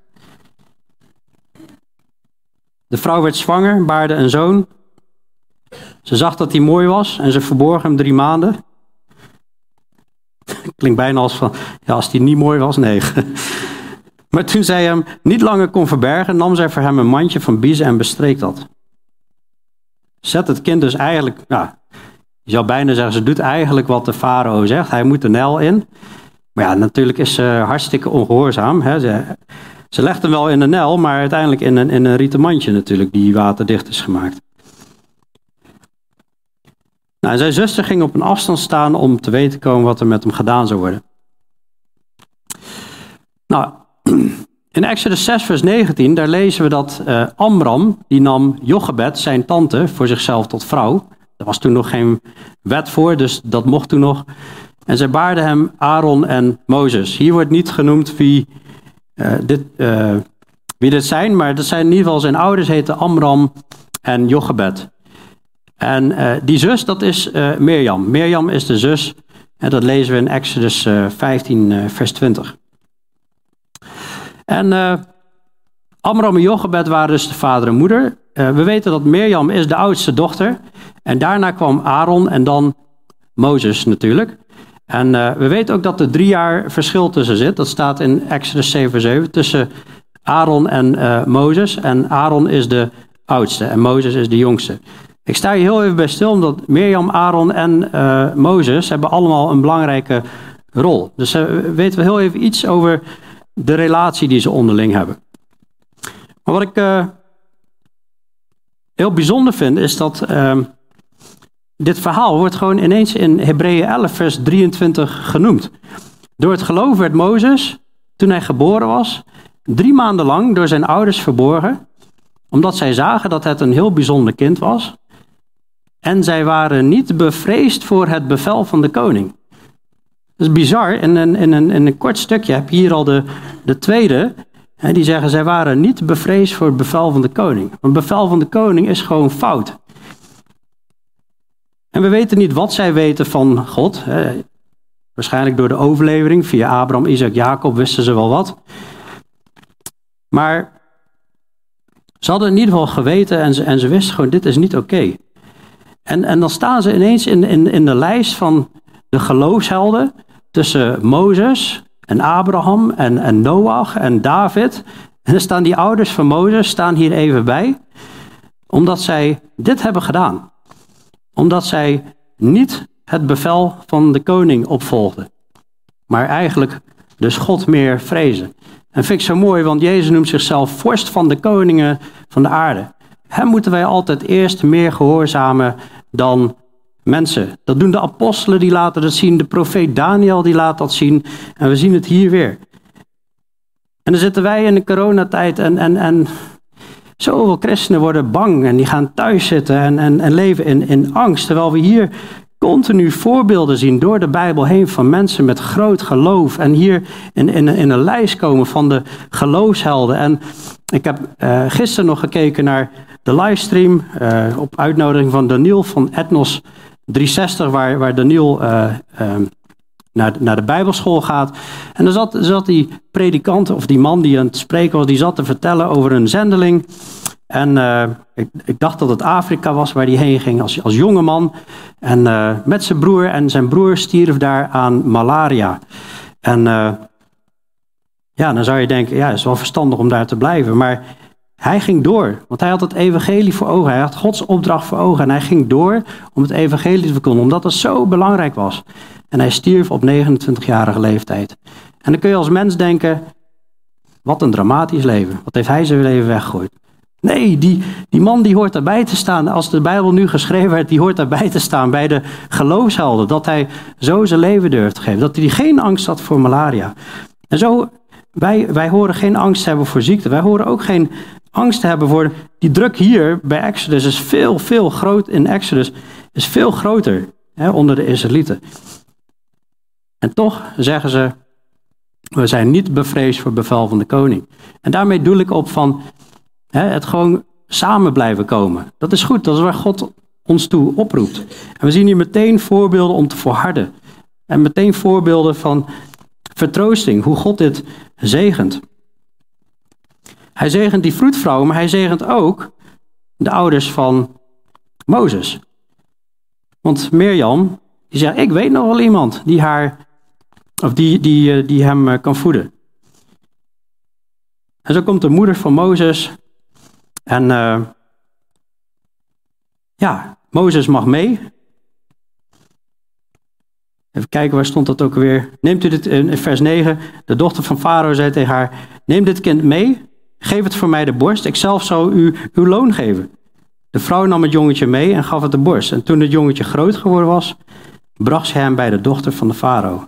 De vrouw werd zwanger, baarde een zoon. Ze zag dat hij mooi was en ze verborg hem drie maanden. Klinkt bijna als van, ja, als hij niet mooi was, nee. Maar toen zij hem niet langer kon verbergen, nam zij voor hem een mandje van biezen en bestreek dat. Zet het kind dus eigenlijk, ja, je zou bijna zeggen, ze doet eigenlijk wat de farao zegt. Hij moet de Nijl in. Maar ja, natuurlijk is ze hartstikke ongehoorzaam. Hè. Ze, ze legt hem wel in de Nijl, maar uiteindelijk in een, in een rieten mandje natuurlijk, die waterdicht is gemaakt. Nou, zijn zuster ging op een afstand staan om te weten te komen wat er met hem gedaan zou worden. Nou, in Exodus zes vers negentien, daar lezen we dat uh, Amram, die nam Jochebed, zijn tante, voor zichzelf tot vrouw. Er was toen nog geen wet voor, dus dat mocht toen nog. En zij baarden hem Aaron en Mozes. Hier wordt niet genoemd wie, uh, dit, uh, wie dit zijn, maar dat zijn in ieder geval zijn ouders heten Amram en Jochebed. En uh, die zus, dat is uh, Mirjam. Mirjam is de zus, en dat lezen we in Exodus uh, vijftien uh, vers twintig. En uh, Amram en Jochebed waren dus de vader en moeder. Uh, we weten dat Mirjam is de oudste dochter. En daarna kwam Aaron en dan Mozes natuurlijk. En uh, we weten ook dat er drie jaar verschil tussen zit. Dat staat in Exodus zeven vers zeven. Tussen Aaron en uh, Mozes. En Aaron is de oudste en Mozes is de jongste. Ik sta hier heel even bij stil, omdat Mirjam, Aaron en uh, Mozes hebben allemaal een belangrijke rol. Dus uh, weten we heel even iets over de relatie die ze onderling hebben. Maar wat ik uh, heel bijzonder vind, is dat uh, dit verhaal wordt gewoon ineens in Hebreeën elf vers drieëntwintig genoemd. Door het geloof werd Mozes, toen hij geboren was, drie maanden lang door zijn ouders verborgen, omdat zij zagen dat het een heel bijzonder kind was. En zij waren niet bevreesd voor het bevel van de koning. Dat is bizar. In een, in een, in een kort stukje heb je hier al de, de tweede. En die zeggen, zij waren niet bevreesd voor het bevel van de koning. Want het bevel van de koning is gewoon fout. En we weten niet wat zij weten van God. Hè. Waarschijnlijk door de overlevering. Via Abraham, Isaac, Jacob wisten ze wel wat. Maar ze hadden in ieder geval geweten en ze, en ze wisten gewoon, dit is niet oké. Okay. En, en dan staan ze ineens in, in, in de lijst van de geloofshelden tussen Mozes en Abraham en, en Noach en David. En dan staan die ouders van Mozes staan hier even bij, omdat zij dit hebben gedaan. Omdat zij niet het bevel van de koning opvolgden, maar eigenlijk dus God meer vrezen. En vind ik zo mooi, want Jezus noemt zichzelf vorst van de koningen van de aarde. Hem moeten wij altijd eerst meer gehoorzamen dan mensen. Dat doen de apostelen, die laten dat zien. De profeet Daniel, die laat dat zien. En we zien het hier weer. En dan zitten wij in de coronatijd en, en, en zoveel christenen worden bang. En die gaan thuis zitten en, en, en leven in, in angst. Terwijl we hier continu voorbeelden zien door de Bijbel heen van mensen met groot geloof. En hier in, in, in een lijst komen van de geloofshelden. En ik heb uh, gisteren nog gekeken naar de livestream uh, op uitnodiging van Daniel van Ethnos driehonderdzestig, waar, waar Daniel uh, uh, naar, naar de Bijbelschool gaat. En dan zat, zat die predikant, of die man die aan het spreken was, die zat te vertellen over een zendeling. En uh, ik, ik dacht dat het Afrika was waar hij heen ging als, als jonge man. En uh, met zijn broer, en zijn broer stierf daar aan malaria. En uh, ja, dan zou je denken, ja, het is wel verstandig om daar te blijven. Maar hij ging door, want hij had het evangelie voor ogen. Hij had Gods opdracht voor ogen. En hij ging door om het evangelie te verkondigen, omdat het zo belangrijk was. En hij stierf op negenentwintigjarige leeftijd. En dan kun je als mens denken, wat een dramatisch leven. Wat heeft hij zijn leven weggegooid? Nee, die, die man die hoort daarbij te staan. Als de Bijbel nu geschreven werd, die hoort daarbij te staan bij de geloofshelden. Dat hij zo zijn leven durft te geven. Dat hij geen angst had voor malaria. En zo, wij, wij horen geen angst te hebben voor ziekte. Wij horen ook geen angst te hebben voor... Die druk hier bij Exodus is veel, veel groot in Exodus. Is veel groter hè, onder de Israëlieten. En toch zeggen ze, we zijn niet bevreesd voor het bevel van de koning. En daarmee doel ik op van hè, het gewoon samen blijven komen. Dat is goed, dat is waar God ons toe oproept. En we zien hier meteen voorbeelden om te volharden. En meteen voorbeelden van vertroosting, hoe God dit zegent. Hij zegent die vroedvrouwen, maar hij zegent ook de ouders van Mozes. Want Mirjam, die zegt, ik weet nog wel iemand die haar, of die, die, die hem kan voeden. En zo komt de moeder van Mozes. En uh, ja, Mozes mag mee. Even kijken, waar stond dat ook weer? Neemt u dit in vers negen. De dochter van Farao zei tegen haar, neem dit kind mee. Geef het voor mij de borst. Ik zelf zal u uw loon geven. De vrouw nam het jongetje mee en gaf het de borst. En toen het jongetje groot geworden was, bracht ze hem bij de dochter van de farao.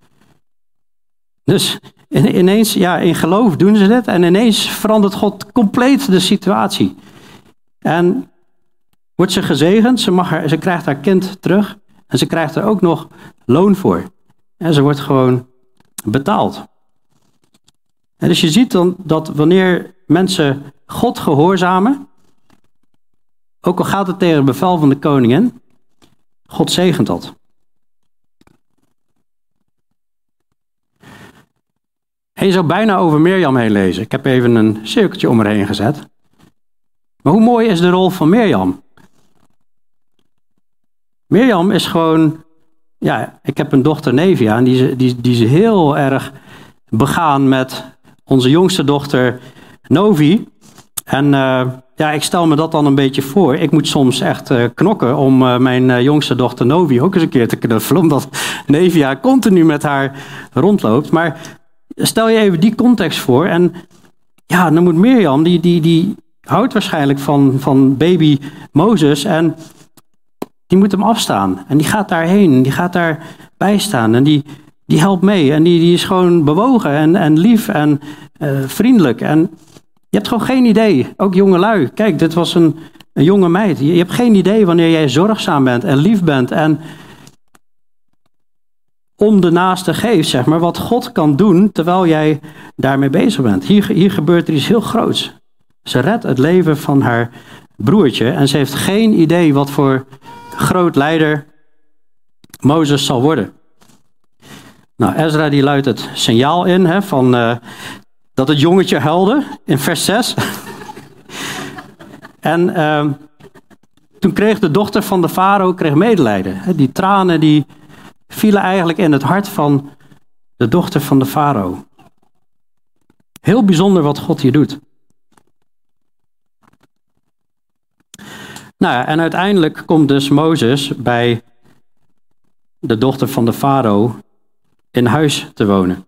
Dus ineens, ja, in geloof doen ze dit. En ineens verandert God compleet de situatie. En wordt ze gezegend. Ze, mag haar, ze krijgt haar kind terug. En ze krijgt er ook nog loon voor. En ze wordt gewoon betaald. En dus je ziet dan dat wanneer mensen God gehoorzamen, ook al gaat het tegen het bevel van de koningin, God zegent dat. En je zou bijna over Mirjam heen lezen. Ik heb even een cirkeltje om haar heen gezet. Maar hoe mooi is de rol van Mirjam? Mirjam is gewoon, ja, ik heb een dochter Nevia en die, die, die is heel erg begaan met onze jongste dochter Novi. En uh, ja, ik stel me dat dan een beetje voor. Ik moet soms echt uh, knokken om uh, mijn uh, jongste dochter Novi ook eens een keer te knuffelen, omdat Nevia continu met haar rondloopt. Maar stel je even die context voor en ja, dan moet Mirjam, die, die, die houdt waarschijnlijk van, van baby Mozes en die moet hem afstaan. En die gaat daarheen, die gaat daarbij staan en die, die helpt mee. En die, die is gewoon bewogen en, en lief en uh, vriendelijk. En je hebt gewoon geen idee, ook jongelui. Kijk, dit was een, een jonge meid. Je, je hebt geen idee wanneer jij zorgzaam bent en lief bent en om de naaste geeft, zeg maar, wat God kan doen terwijl jij daarmee bezig bent. Hier, hier gebeurt er iets heel groots. Ze redt het leven van haar broertje en ze heeft geen idee wat voor groot leider Mozes zal worden. Nou, Ezra die luidt het signaal in hè, van uh, dat het jongetje huilde in vers zes. en uh, toen kreeg de dochter van de farao kreeg medelijden. Hè, die tranen die vielen eigenlijk in het hart van de dochter van de farao. Heel bijzonder wat God hier doet. Nou ja, en uiteindelijk komt dus Mozes bij de dochter van de farao in huis te wonen.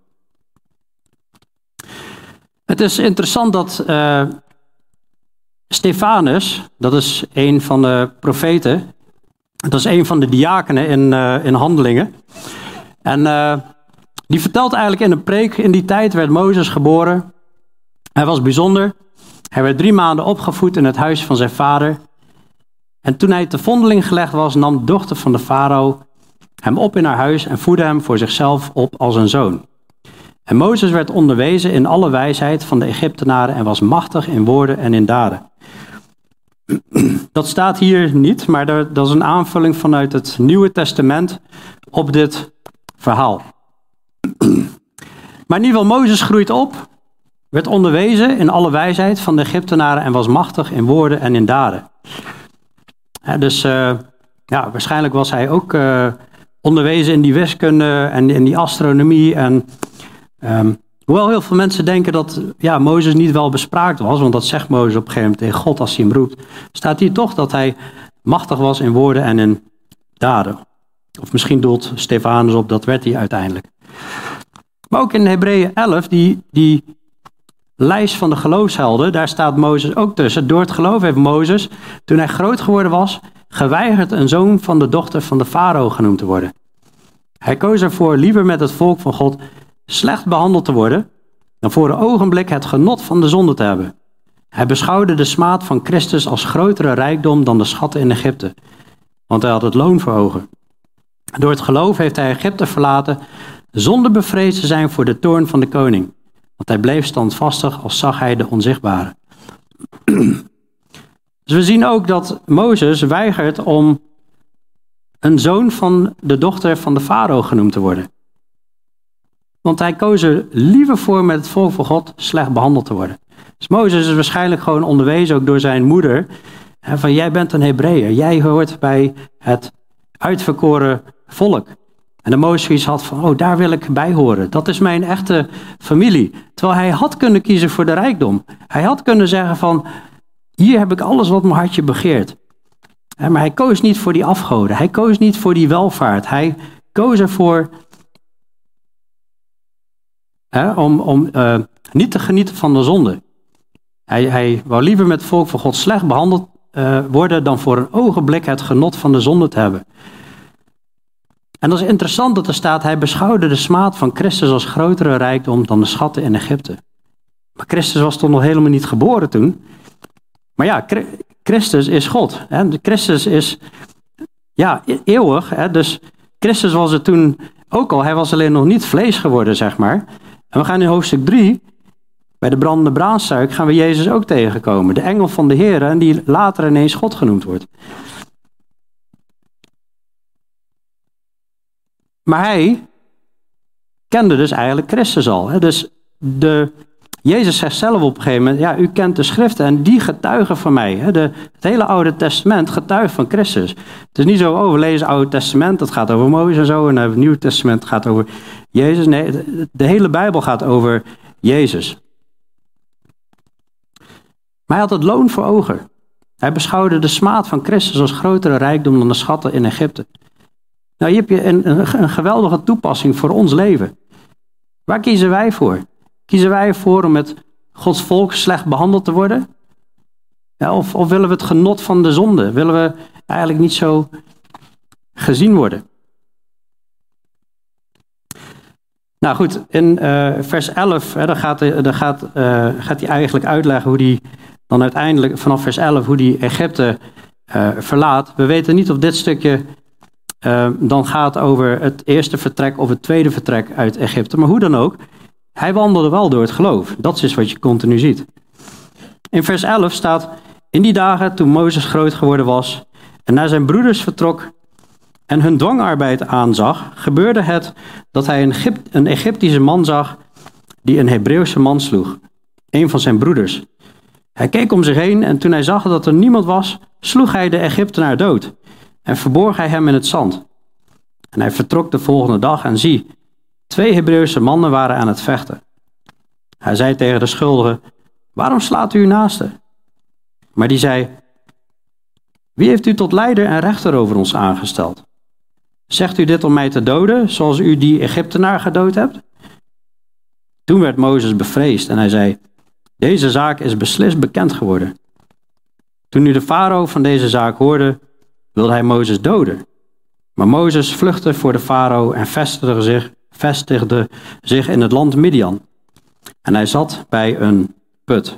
Het is interessant dat uh, Stefanus, dat is een van de profeten, dat is een van de diakenen in, uh, in Handelingen. En uh, die vertelt eigenlijk in een preek, in die tijd werd Mozes geboren. Hij was bijzonder. Hij werd drie maanden opgevoed in het huis van zijn vader. En toen hij te vondeling gelegd was, nam de dochter van de farao hem op in haar huis en voedde hem voor zichzelf op als een zoon. En Mozes werd onderwezen in alle wijsheid van de Egyptenaren en was machtig in woorden en in daden. Dat staat hier niet, maar dat is een aanvulling vanuit het Nieuwe Testament op dit verhaal. Maar in ieder geval, Mozes groeit op, werd onderwezen in alle wijsheid van de Egyptenaren en was machtig in woorden en in daden. Ja, dus uh, ja, waarschijnlijk was hij ook uh, onderwezen in die wiskunde en in die astronomie. En, um, hoewel heel veel mensen denken dat ja, Mozes niet wel bespraakt was, want dat zegt Mozes op een gegeven moment tegen God als hij hem roept, staat hier toch dat hij machtig was in woorden en in daden. Of misschien doelt Stefanus op, dat werd hij uiteindelijk. Maar ook in Hebreeën elf, die, die lijst van de geloofshelden, daar staat Mozes ook tussen. Door het geloof heeft Mozes, toen hij groot geworden was, geweigerd een zoon van de dochter van de farao genoemd te worden. Hij koos ervoor liever met het volk van God slecht behandeld te worden, dan voor een ogenblik het genot van de zonde te hebben. Hij beschouwde de smaad van Christus als grotere rijkdom dan de schatten in Egypte, want hij had het loon voor ogen. Door het geloof heeft hij Egypte verlaten, zonder bevreesd te zijn voor de toorn van de koning. Want hij bleef standvastig als zag hij de onzichtbare. Dus we zien ook dat Mozes weigert om een zoon van de dochter van de farao genoemd te worden. Want hij koos er liever voor met het volk van God slecht behandeld te worden. Dus Mozes is waarschijnlijk gewoon onderwezen, ook door zijn moeder, van jij bent een Hebreeër, jij hoort bij het uitverkoren volk. En de Mozes had van, oh, daar wil ik bij horen. Dat is mijn echte familie. Terwijl hij had kunnen kiezen voor de rijkdom. Hij had kunnen zeggen van, hier heb ik alles wat mijn hartje begeert. Maar hij koos niet voor die afgoden. Hij koos niet voor die welvaart. Hij koos ervoor hè, om, om uh, niet te genieten van de zonde. Hij, hij wou liever met het volk van God slecht behandeld uh, worden dan voor een ogenblik het genot van de zonde te hebben. En dat is interessant dat er staat, hij beschouwde de smaad van Christus als grotere rijkdom dan de schatten in Egypte. Maar Christus was toch nog helemaal niet geboren toen. Maar ja, Christus is God. Hè? Christus is ja, eeuwig. Hè? Dus Christus was er toen ook al. Hij was alleen nog niet vlees geworden, zeg maar. En we gaan in hoofdstuk drie, bij de brandende braamstruik, gaan we Jezus ook tegenkomen. De engel van de Heer, en die later ineens God genoemd wordt. Maar hij kende dus eigenlijk Christus al. Hè? Dus de, Jezus zegt zelf op een gegeven moment, ja, u kent de schriften en die getuigen van mij. Hè? De, het hele Oude Testament getuigt van Christus. Het is niet zo, oh, we lezen het Oude Testament, dat gaat over Mozes en zo. En het Nieuwe Testament gaat over Jezus. Nee, de, de hele Bijbel gaat over Jezus. Maar hij had het loon voor ogen. Hij beschouwde de smaad van Christus als grotere rijkdom dan de schatten in Egypte. Nou, hier heb je een, een, een geweldige toepassing voor ons leven. Waar kiezen wij voor? Kiezen wij ervoor om met Gods volk slecht behandeld te worden? Ja, of, of willen we het genot van de zonde? Willen we eigenlijk niet zo gezien worden? Nou goed, in uh, vers elf, hè, dan, gaat, dan gaat, uh, gaat hij eigenlijk uitleggen hoe hij dan uiteindelijk, vanaf vers elf, hoe hij Egypte uh, verlaat. We weten niet of dit stukje uh, dan gaat over het eerste vertrek of het tweede vertrek uit Egypte. Maar hoe dan ook, hij wandelde wel door het geloof. Dat is wat je continu ziet. In vers elf staat, in die dagen toen Mozes groot geworden was en naar zijn broeders vertrok en hun dwangarbeid aanzag, gebeurde het dat hij een, Egypt, een Egyptische man zag die een Hebreeuwse man sloeg, een van zijn broeders. Hij keek om zich heen en toen hij zag dat er niemand was, sloeg hij de Egyptenaar dood en verborg hij hem in het zand. En hij vertrok de volgende dag en zie, twee Hebreeuwse mannen waren aan het vechten. Hij zei tegen de schuldige, waarom slaat u uw naaste? Maar die zei, wie heeft u tot leider en rechter over ons aangesteld? Zegt u dit om mij te doden, zoals u die Egyptenaar gedood hebt? Toen werd Mozes bevreesd en hij zei, deze zaak is beslist bekend geworden. Toen nu de farao van deze zaak hoorde, wilde hij Mozes doden. Maar Mozes vluchtte voor de farao en vestigde zich, vestigde zich in het land Midian. En hij zat bij een put.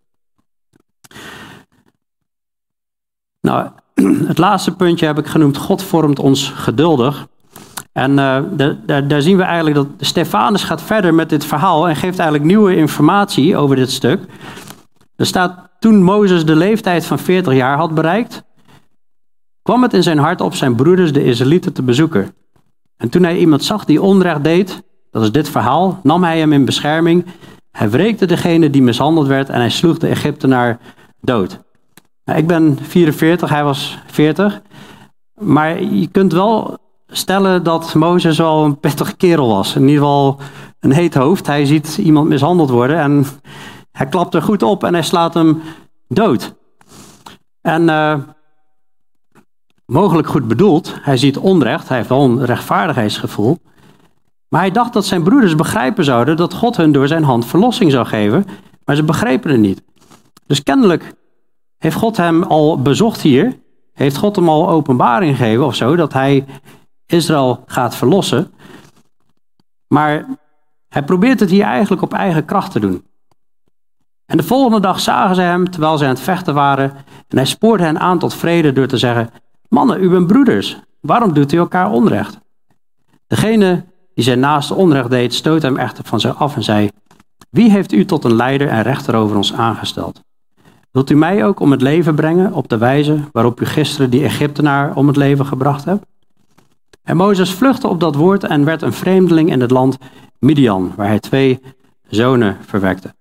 Nou, het laatste puntje heb ik genoemd, God vormt ons geduldig. En uh, de, de, daar zien we eigenlijk dat Stefanus gaat verder met dit verhaal en geeft eigenlijk nieuwe informatie over dit stuk. Er staat, toen Mozes de leeftijd van veertig jaar had bereikt, kwam het in zijn hart op zijn broeders de Israëlieten te bezoeken. En toen hij iemand zag die onrecht deed, dat is dit verhaal, nam hij hem in bescherming. Hij wreekte degene die mishandeld werd en hij sloeg de Egyptenaar dood. Nou, ik ben vierenveertig, hij was veertig. Maar je kunt wel stellen dat Mozes wel een pittige kerel was. In ieder geval een heet hoofd. Hij ziet iemand mishandeld worden en hij klapt er goed op en hij slaat hem dood. En uh, mogelijk goed bedoeld. Hij ziet onrecht, hij heeft wel een rechtvaardigheidsgevoel. Maar hij dacht dat zijn broeders begrijpen zouden dat God hun door zijn hand verlossing zou geven. Maar ze begrepen het niet. Dus kennelijk heeft God hem al bezocht hier. Heeft God hem al openbaring gegeven of zo. Dat hij Israël gaat verlossen. Maar hij probeert het hier eigenlijk op eigen kracht te doen. En de volgende dag zagen ze hem terwijl ze aan het vechten waren. En hij spoorde hen aan tot vrede door te zeggen, mannen, u bent broeders. Waarom doet u elkaar onrecht? Degene die zijn naaste onrecht deed, stootte hem echter van zich af en zei, wie heeft u tot een leider en rechter over ons aangesteld? Wilt u mij ook om het leven brengen op de wijze waarop u gisteren die Egyptenaar om het leven gebracht hebt? En Mozes vluchtte op dat woord en werd een vreemdeling in het land Midian, waar hij twee zonen verwekte.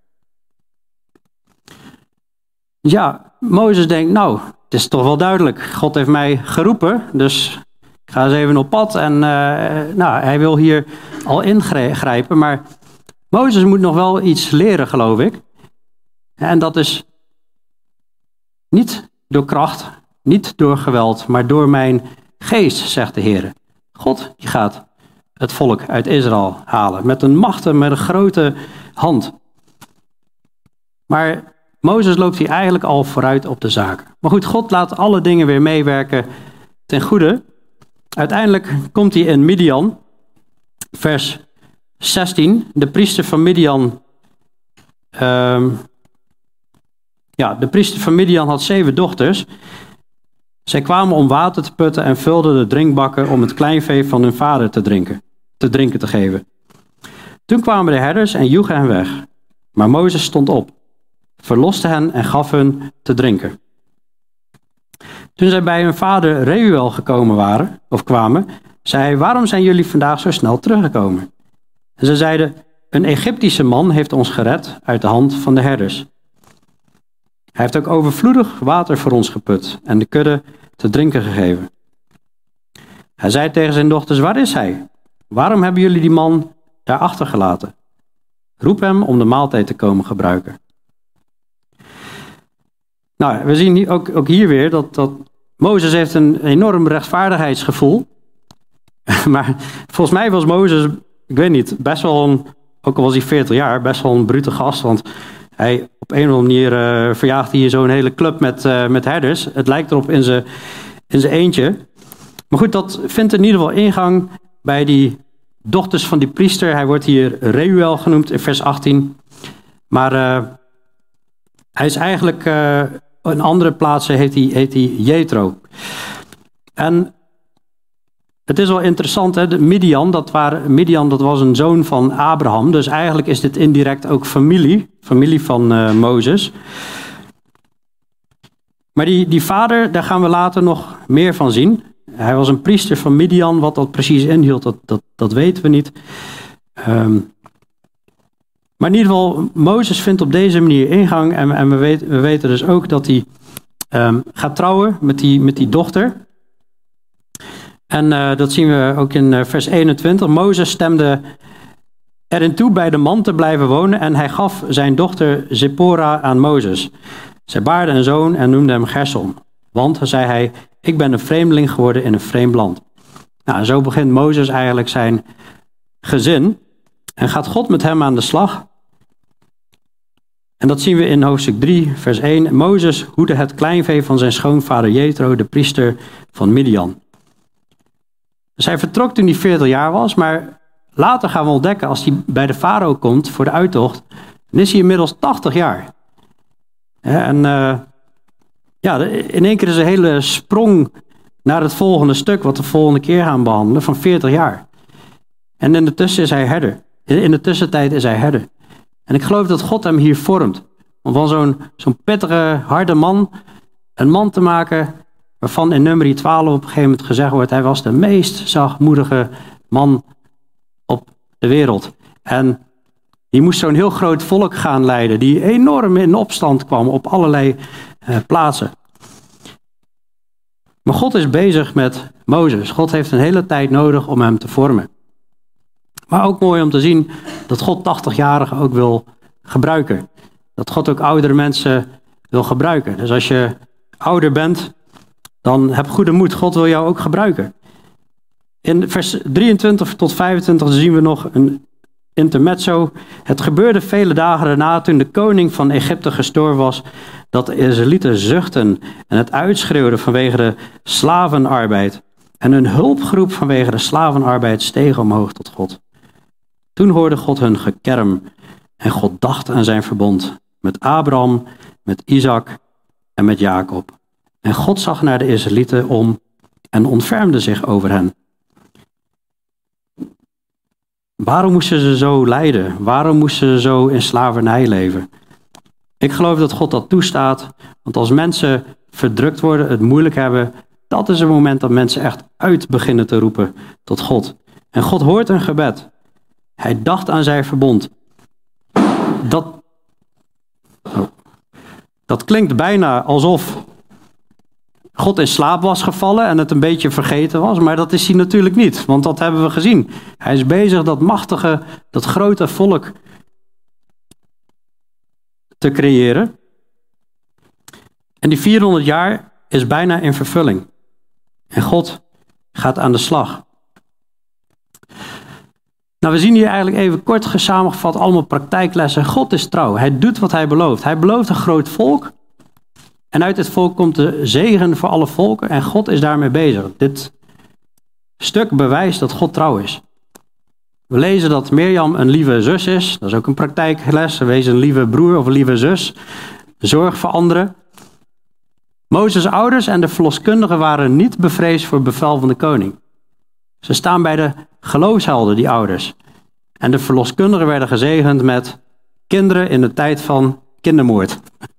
Ja, Mozes denkt, nou, het is toch wel duidelijk. God heeft mij geroepen, dus ik ga eens even op pad. En uh, nou, hij wil hier al ingrijpen, maar Mozes moet nog wel iets leren, geloof ik. En dat is niet door kracht, niet door geweld, maar door mijn geest, zegt de Heer. God, die gaat het volk uit Israël halen. Met een machtige, met een grote hand. Maar Mozes loopt hier eigenlijk al vooruit op de zaak. Maar goed, God laat alle dingen weer meewerken ten goede. Uiteindelijk komt hij in Midian, vers zestien. De priester van Midian... Um, ja, de priester van Midian had zeven dochters. Zij kwamen om water te putten en vulden de drinkbakken om het kleinvee van hun vader te drinken, te drinken te geven. Toen kwamen de herders en joegen hen weg. Maar Mozes stond op, verloste hen en gaf hun te drinken. Toen zij bij hun vader Reuel gekomen waren, of kwamen, zei hij, waarom zijn jullie vandaag zo snel teruggekomen? En ze zeiden, een Egyptische man heeft ons gered uit de hand van de herders. Hij heeft ook overvloedig water voor ons geput en de kudde te drinken gegeven. Hij zei tegen zijn dochters, waar is hij? Waarom hebben jullie die man daar achtergelaten? Roep hem om de maaltijd te komen gebruiken. Nou, we zien ook, ook hier weer dat, dat Mozes heeft een enorm rechtvaardigheidsgevoel. Maar volgens mij was Mozes, ik weet niet, best wel een, ook al was hij veertig jaar, best wel een brute gast. Want hij, op een of andere manier uh, verjaagt hij hier zo'n hele club met, uh, met herders. Het lijkt erop in zijn in zijn eentje. Maar goed, dat vindt in ieder geval ingang bij die dochters van die priester. Hij wordt hier Reuel genoemd in vers achttien. Maar uh, hij is eigenlijk, uh, in andere plaatsen heet hij, heet hij Jethro. En het is wel interessant, hè? De Midian, dat waren, Midian, dat was een zoon van Abraham. Dus eigenlijk is dit indirect ook familie, familie van uh, Mozes. Maar die, die vader, daar gaan we later nog meer van zien. Hij was een priester van Midian. Wat dat precies inhield, dat, dat, dat weten we niet. Um, maar in ieder geval, Mozes vindt op deze manier ingang. En, en we, weten, we weten dus ook dat hij um, gaat trouwen met die, met die dochter. En uh, dat zien we ook in uh, vers eenentwintig. Mozes stemde erin toe bij de man te blijven wonen. En hij gaf zijn dochter Zippora aan Mozes. Zij baarde een zoon en noemde hem Gersom. Want, zei hij, ik ben een vreemdeling geworden in een vreemd land. Nou, en zo begint Mozes eigenlijk zijn gezin. En gaat God met hem aan de slag. En dat zien we in hoofdstuk drie, vers één. Mozes hoedde het kleinvee van zijn schoonvader Jethro, de priester van Midian. Dus hij vertrok toen hij veertig jaar was, maar later gaan we ontdekken, als hij bij de farao komt voor de uittocht, dan is hij inmiddels tachtig jaar. En uh, ja, in één keer is een hele sprong naar het volgende stuk, wat we de volgende keer gaan behandelen, van veertig jaar. En in de tussen is hij herder. In de tussentijd is hij herder. En ik geloof dat God hem hier vormt. Om van zo'n zo'n pittige, harde man, een man te maken, waarvan in nummer twaalf op een gegeven moment gezegd wordt, hij was de meest zachtmoedige man op de wereld. En die moest zo'n heel groot volk gaan leiden, die enorm in opstand kwam op allerlei uh, plaatsen. Maar God is bezig met Mozes. God heeft een hele tijd nodig om hem te vormen. Maar ook mooi om te zien dat God tachtigjarigen ook wil gebruiken. Dat God ook oudere mensen wil gebruiken. Dus als je ouder bent, dan heb goede moed. God wil jou ook gebruiken. In vers drieëntwintig tot vijfentwintig zien we nog een intermezzo. Het gebeurde vele dagen daarna, toen de koning van Egypte gestorven was, dat de Israëlieten zuchtten en het uitschreeuwden vanwege de slavenarbeid. En hun hulpgroep vanwege de slavenarbeid steeg omhoog tot God. Toen hoorde God hun gekerm en God dacht aan zijn verbond met Abraham, met Isaac en met Jacob. En God zag naar de Israëlieten om en ontfermde zich over hen. Waarom moesten ze zo lijden? Waarom moesten ze zo in slavernij leven? Ik geloof dat God dat toestaat, want als mensen verdrukt worden, het moeilijk hebben, dat is het moment dat mensen echt uit beginnen te roepen tot God. En God hoort een gebed. Hij dacht aan zijn verbond. Dat, oh, dat klinkt bijna alsof God in slaap was gevallen en het een beetje vergeten was, maar dat is hij natuurlijk niet, want dat hebben we gezien. Hij is bezig dat machtige, dat grote volk te creëren. En die vierhonderd jaar is bijna in vervulling. En God gaat aan de slag. Nou, we zien hier eigenlijk even kort samengevat allemaal praktijklessen. God is trouw. Hij doet wat hij belooft. Hij belooft een groot volk. En uit dit volk komt de zegen voor alle volken. En God is daarmee bezig. Dit stuk bewijst dat God trouw is. We lezen dat Mirjam een lieve zus is. Dat is ook een praktijkles. Wees een lieve broer of een lieve zus. Zorg voor anderen. Mozes' ouders en de verloskundigen waren niet bevreesd voor het bevel van de koning. Ze staan bij de geloofshelden, die ouders. En de verloskundigen werden gezegend met kinderen in de tijd van kindermoord.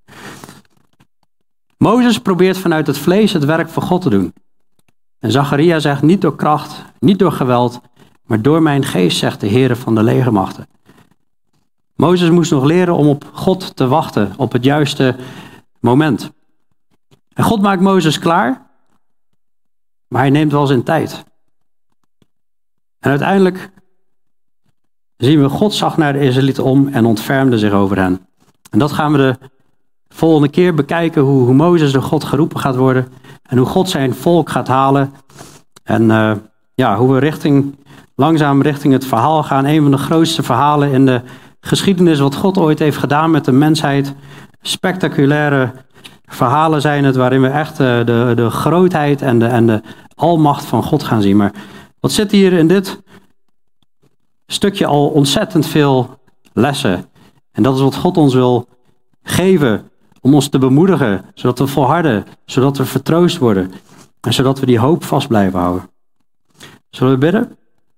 Mozes probeert vanuit het vlees het werk voor God te doen. En Zacharia zegt niet door kracht, niet door geweld, maar door mijn geest, zegt de Heere van de legermachten. Mozes moest nog leren om op God te wachten, op het juiste moment. En God maakt Mozes klaar, maar hij neemt wel zijn tijd. En uiteindelijk zien we, God zag naar de Israëlieten om en ontfermde zich over hen. En dat gaan we de volgende keer bekijken, hoe, hoe Mozes door God geroepen gaat worden. En hoe God zijn volk gaat halen. En uh, ja, hoe we richting, langzaam richting het verhaal gaan. Een van de grootste verhalen in de geschiedenis wat God ooit heeft gedaan met de mensheid. Spectaculaire verhalen zijn het, waarin we echt uh, de, de grootheid en de, en de almacht van God gaan zien. Maar wat zit hier in dit stukje al ontzettend veel lessen. En dat is wat God ons wil geven. Om ons te bemoedigen. Zodat we volharden. Zodat we vertroost worden. En zodat we die hoop vast blijven houden. Zullen we bidden?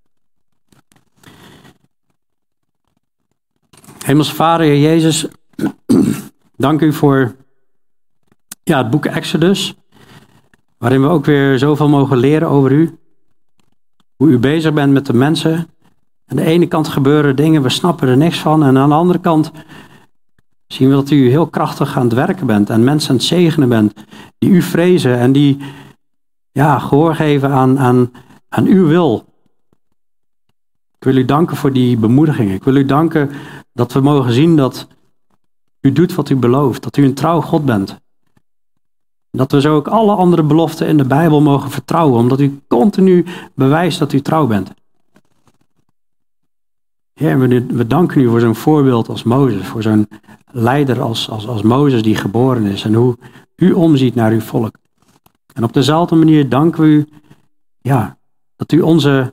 Hemelse Vader, Heer Jezus. Dank u voor ja, het boek Exodus. Waarin we ook weer zoveel mogen leren over u. Hoe u bezig bent met de mensen. Aan de ene kant gebeuren dingen, we snappen er niks van. En aan de andere kant zien we dat u heel krachtig aan het werken bent. En mensen aan het zegenen bent. Die u vrezen en die ja, gehoor geven aan, aan, aan uw wil. Ik wil u danken voor die bemoediging. Ik wil u danken dat we mogen zien dat u doet wat u belooft. Dat u een trouw God bent. Dat we zo ook alle andere beloften in de Bijbel mogen vertrouwen. Omdat u continu bewijst dat u trouw bent. Heer, we, we danken u voor zo'n voorbeeld als Mozes. Voor zo'n leider als, als, als Mozes die geboren is. En hoe u omziet naar uw volk. En op dezelfde manier danken we u. Ja, dat u onze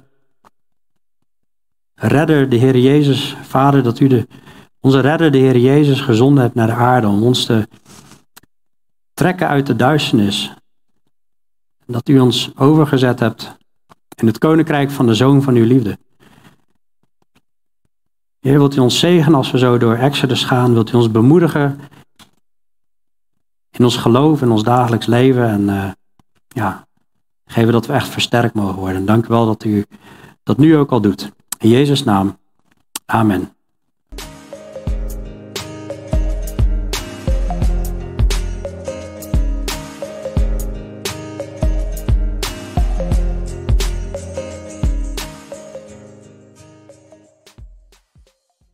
redder, de Heer Jezus, Vader. Dat u de, onze redder, de Heer Jezus, gezonden hebt naar de aarde. Om ons te trekken uit de duisternis. En dat u ons overgezet hebt in het koninkrijk van de Zoon van uw liefde. Heer, wilt u ons zegenen als we zo door Exodus gaan? Wilt u ons bemoedigen in ons geloof, in ons dagelijks leven? En uh, ja, geven dat we echt versterkt mogen worden. Dank u wel dat u dat nu ook al doet. In Jezus' naam. Amen.